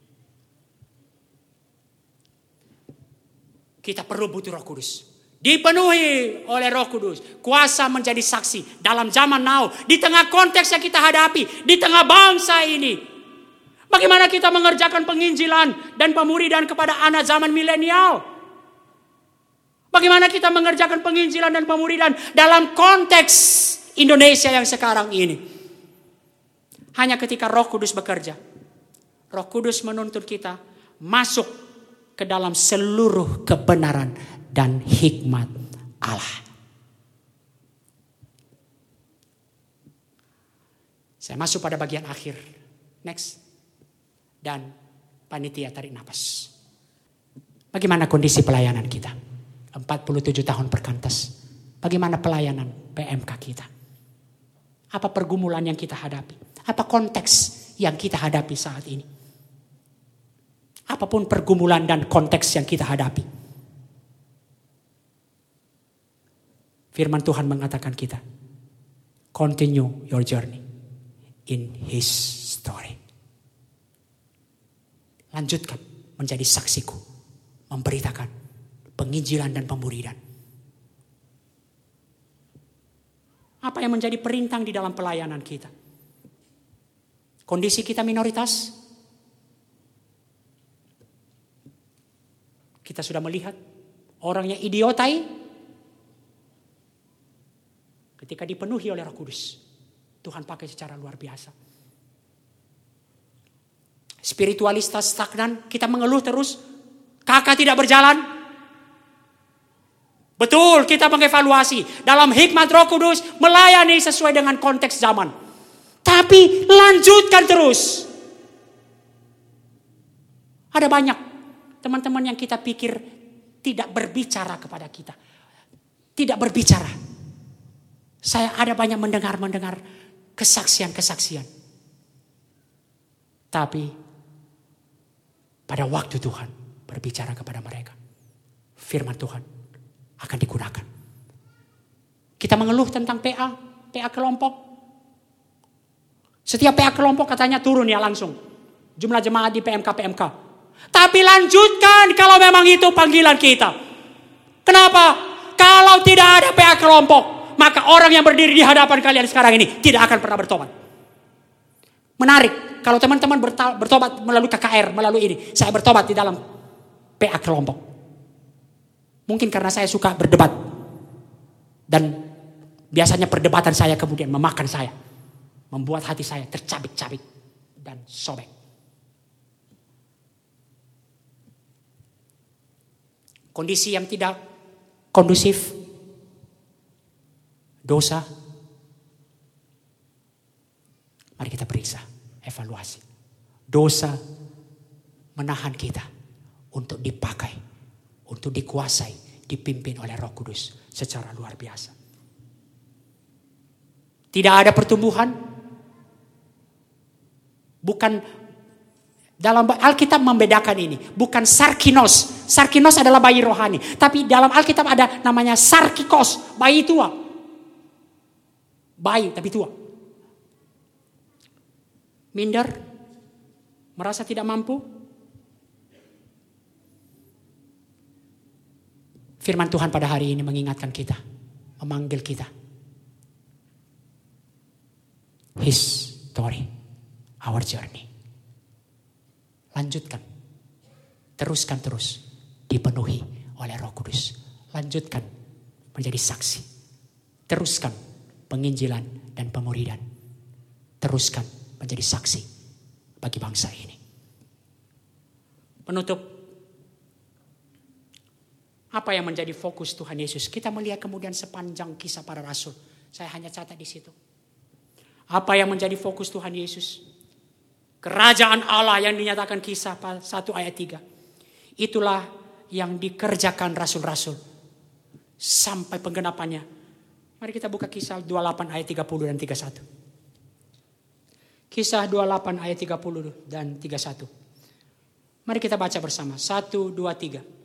Kita perlu butuh Roh Kudus. Dipenuhi oleh Roh Kudus. Kuasa menjadi saksi dalam zaman now. Di tengah konteks yang kita hadapi. Di tengah bangsa ini. Bagaimana kita mengerjakan penginjilan dan pemuridan kepada anak zaman milenial? Bagaimana kita mengerjakan penginjilan dan pemuridan dalam konteks Indonesia yang sekarang ini? Hanya ketika Roh Kudus bekerja. Roh Kudus menuntut kita masuk ke dalam seluruh kebenaran dan hikmat Allah. Saya masuk pada bagian akhir. Next. Dan panitia tarik nafas. Bagaimana kondisi pelayanan kita? 47 tahun perkantas. Bagaimana pelayanan PMK kita? Apa pergumulan yang kita hadapi? Apa konteks yang kita hadapi saat ini? Apapun pergumulan dan konteks yang kita hadapi. Firman Tuhan mengatakan kita, continue your journey in His story. Lanjutkan menjadi saksiku. Memberitakan penginjilan dan pemuridan. Apa yang menjadi perintang di dalam pelayanan kita? Kondisi kita minoritas. Kita sudah melihat orang yang idiotai. Ketika dipenuhi oleh Roh Kudus. Tuhan pakai secara luar biasa. Spiritualitas stagnan, kita mengeluh terus. Kakak tidak berjalan. Betul, kita mengevaluasi. Dalam hikmat Roh Kudus, melayani sesuai dengan konteks zaman. Tapi lanjutkan terus. Ada banyak teman-teman yang kita pikir tidak berbicara kepada kita. Tidak berbicara. Saya ada banyak mendengar kesaksian-kesaksian. Tapi pada waktu Tuhan berbicara kepada mereka, firman Tuhan akan digunakan. Kita mengeluh tentang PA kelompok. Setiap PA kelompok katanya turun ya langsung. Jumlah jemaat di PMK. Tapi lanjutkan kalau memang itu panggilan kita. Kenapa? Kalau tidak ada PA kelompok, maka orang yang berdiri di hadapan kalian sekarang ini tidak akan pernah bertobat. Menarik. Kalau teman-teman bertobat melalui KKR, melalui ini. Saya bertobat di dalam PA kelompok. Mungkin karena saya suka berdebat. Dan biasanya perdebatan saya kemudian memakan saya. Membuat hati saya tercabik-cabik dan sobek. Kondisi yang tidak kondusif. Dosa. Mari kita periksa, evaluasi. Dosa menahan kita untuk dipakai, untuk dikuasai, dipimpin oleh Roh Kudus secara luar biasa. Tidak ada pertumbuhan. Bukan, dalam Alkitab membedakan ini. Bukan sarkinos. Sarkinos adalah bayi rohani. Tapi dalam Alkitab ada namanya sarkikos, bayi tua. Bayi tapi tua. Minder. Merasa tidak mampu. Firman Tuhan pada hari ini mengingatkan kita. Memanggil kita. His story. Our journey. Lanjutkan. Teruskan terus. Dipenuhi oleh Roh Kudus. Lanjutkan menjadi saksi. Teruskan penginjilan dan pemuridan. Teruskan menjadi saksi bagi bangsa ini. Penutup. Apa yang menjadi fokus Tuhan Yesus? Kita melihat kemudian sepanjang kisah para rasul. Saya hanya catat di situ. Apa yang menjadi fokus Tuhan Yesus? Kerajaan Allah yang dinyatakan kisah 1 ayat 3. Itulah yang dikerjakan rasul-rasul. Sampai penggenapannya. Mari kita buka kisah 28 ayat 30 dan 31. Kisah 28 ayat 30 dan 31. Mari kita baca bersama. 1, 2, 3.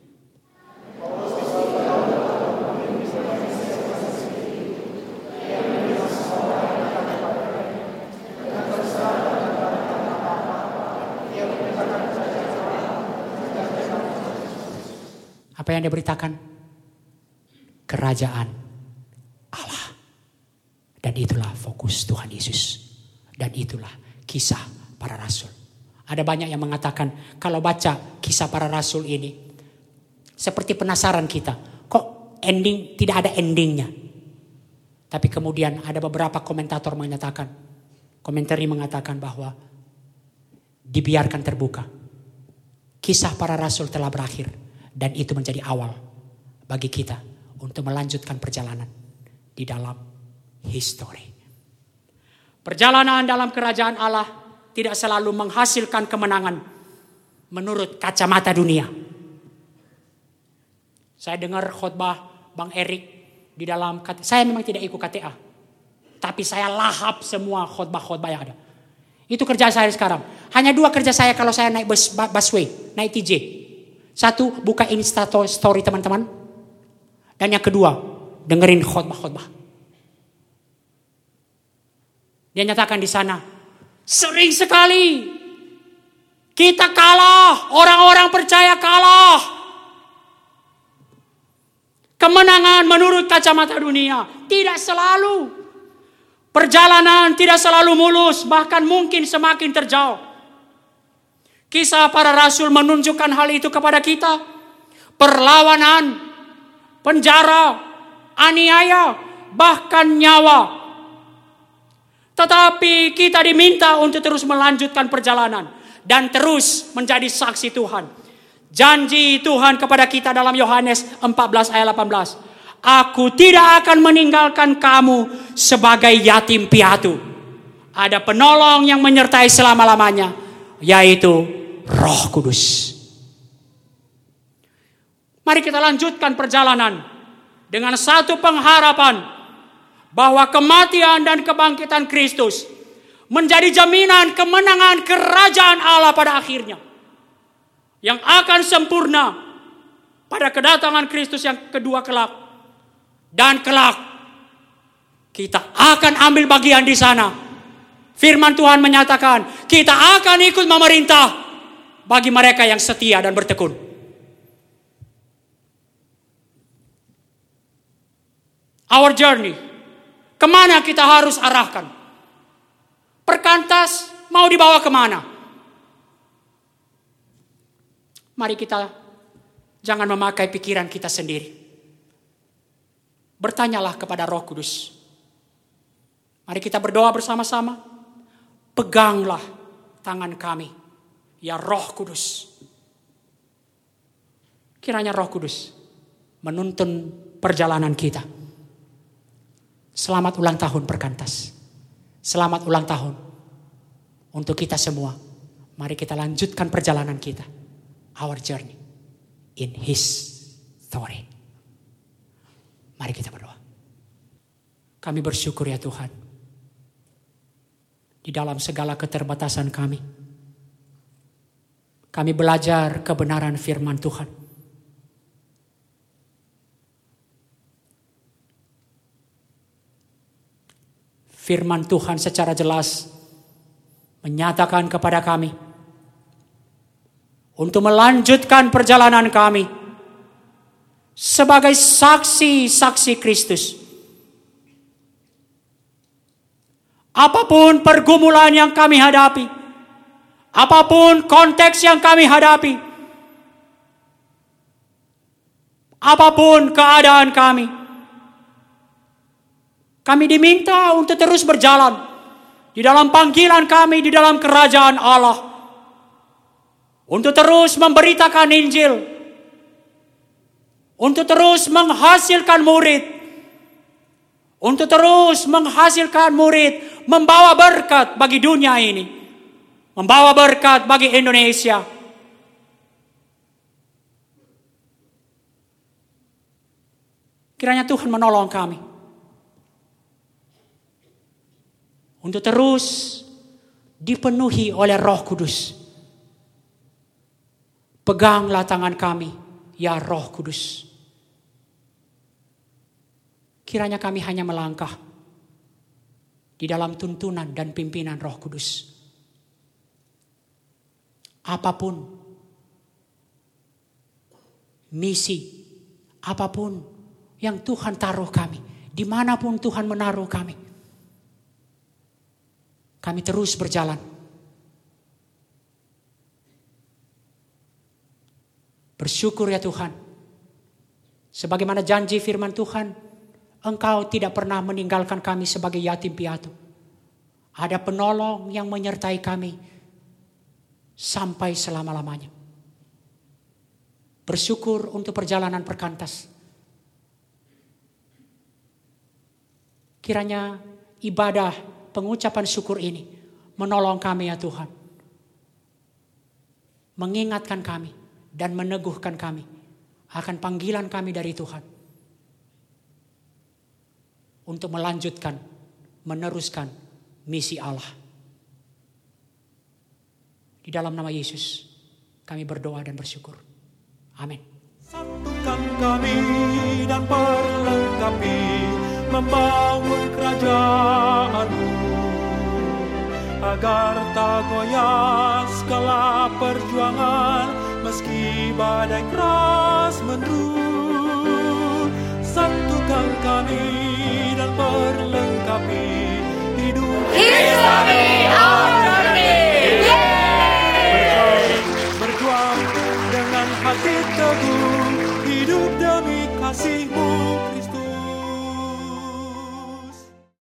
Apa yang dia beritakan? Kerajaan Allah. Dan itulah fokus Tuhan Yesus. Dan itulah kisah para rasul. Ada banyak yang mengatakan kalau baca kisah para rasul ini. Seperti penasaran kita. Kok ending tidak ada endingnya. Tapi kemudian ada beberapa komentator mengatakan. Komentari mengatakan bahwa dibiarkan terbuka. Kisah para rasul telah berakhir. Dan itu menjadi awal bagi kita untuk melanjutkan perjalanan di dalam history. Perjalanan dalam kerajaan Allah tidak selalu menghasilkan kemenangan menurut kacamata dunia. Saya dengar khotbah Bang Erik di dalam, saya memang tidak ikut KTA. Tapi saya lahap semua khotbah-khotbah yang ada. Itu kerja saya sekarang. Hanya 2 kerja saya kalau saya naik busway, naik TJ. 1, buka Insta story teman-teman. Dan yang kedua, dengerin khotbah-khotbah. Dia nyatakan di sana, sering sekali kita kalah, orang-orang percaya kalah. Kemenangan menurut kacamata dunia tidak selalu. Perjalanan tidak selalu mulus, bahkan mungkin semakin terjauh. Kisah para rasul menunjukkan hal itu kepada kita. Perlawanan, penjara, aniaya, bahkan nyawa. Tetapi kita diminta untuk terus melanjutkan perjalanan. Dan terus menjadi saksi Tuhan. Janji Tuhan kepada kita dalam Yohanes 14 ayat 18. Aku tidak akan meninggalkan kamu sebagai yatim piatu. Ada penolong yang menyertai selama-lamanya, yaitu Roh Kudus. Mari kita lanjutkan perjalanan dengan satu pengharapan bahwa kematian dan kebangkitan Kristus menjadi jaminan kemenangan kerajaan Allah pada akhirnya, yang akan sempurna pada kedatangan Kristus yang kedua kelak. Dan kelak kita akan ambil bagian di sana. Firman Tuhan menyatakan kita akan ikut memerintah bagi mereka yang setia dan bertekun. Our journey. Kemana kita harus arahkan? Perkantas mau dibawa kemana? Mari kita Jangan memakai pikiran kita sendiri. Bertanyalah kepada Roh Kudus. Mari kita berdoa bersama-sama. Peganglah tangan kami, ya Roh Kudus. Kiranya Roh Kudus menuntun perjalanan kita. Selamat ulang tahun Perkantas. Selamat ulang tahun untuk kita semua. Mari kita lanjutkan perjalanan kita. Our journey in His story. Mari kita berdoa. Kami bersyukur ya Tuhan. Di dalam segala keterbatasan kami belajar kebenaran firman Tuhan. Firman Tuhan secara jelas menyatakan kepada kami untuk melanjutkan perjalanan kami sebagai saksi-saksi Kristus. Apapun pergumulan yang kami hadapi, apapun konteks yang kami hadapi, apapun keadaan kami diminta untuk terus berjalan di dalam panggilan kami di dalam kerajaan Allah, untuk terus memberitakan Injil, untuk terus menghasilkan murid, untuk terus menghasilkan murid, membawa berkat bagi dunia ini, membawa berkat bagi Indonesia. Kiranya Tuhan menolong kami untuk terus dipenuhi oleh Roh Kudus. Peganglah tangan kami, ya Roh Kudus. Kiranya kami hanya melangkah di dalam tuntunan dan pimpinan Roh Kudus. Apapun misi, apapun yang Tuhan taruh kami, dimanapun Tuhan menaruh kami terus berjalan. Bersyukur ya Tuhan. Sebagaimana janji firman Tuhan, Engkau tidak pernah meninggalkan kami sebagai yatim piatu. Ada penolong yang menyertai kami sampai selama-lamanya. Bersyukur untuk perjalanan Perkantas. Kiranya ibadah pengucapan syukur ini menolong kami ya Tuhan. Mengingatkan kami dan meneguhkan kami akan panggilan kami dari Tuhan. Untuk melanjutkan, meneruskan misi Allah. Di dalam nama Yesus kami berdoa dan bersyukur. Amin. Satukan kami dan perlengkapi membangun kerajaan-Mu, agar tak goyah segala perjuangan meski badai keras mendung. Satukan kami dan perlengkapi hidup History of Journey. berjuang dengan hati teguh, hidup demi kasih-Mu Kristus.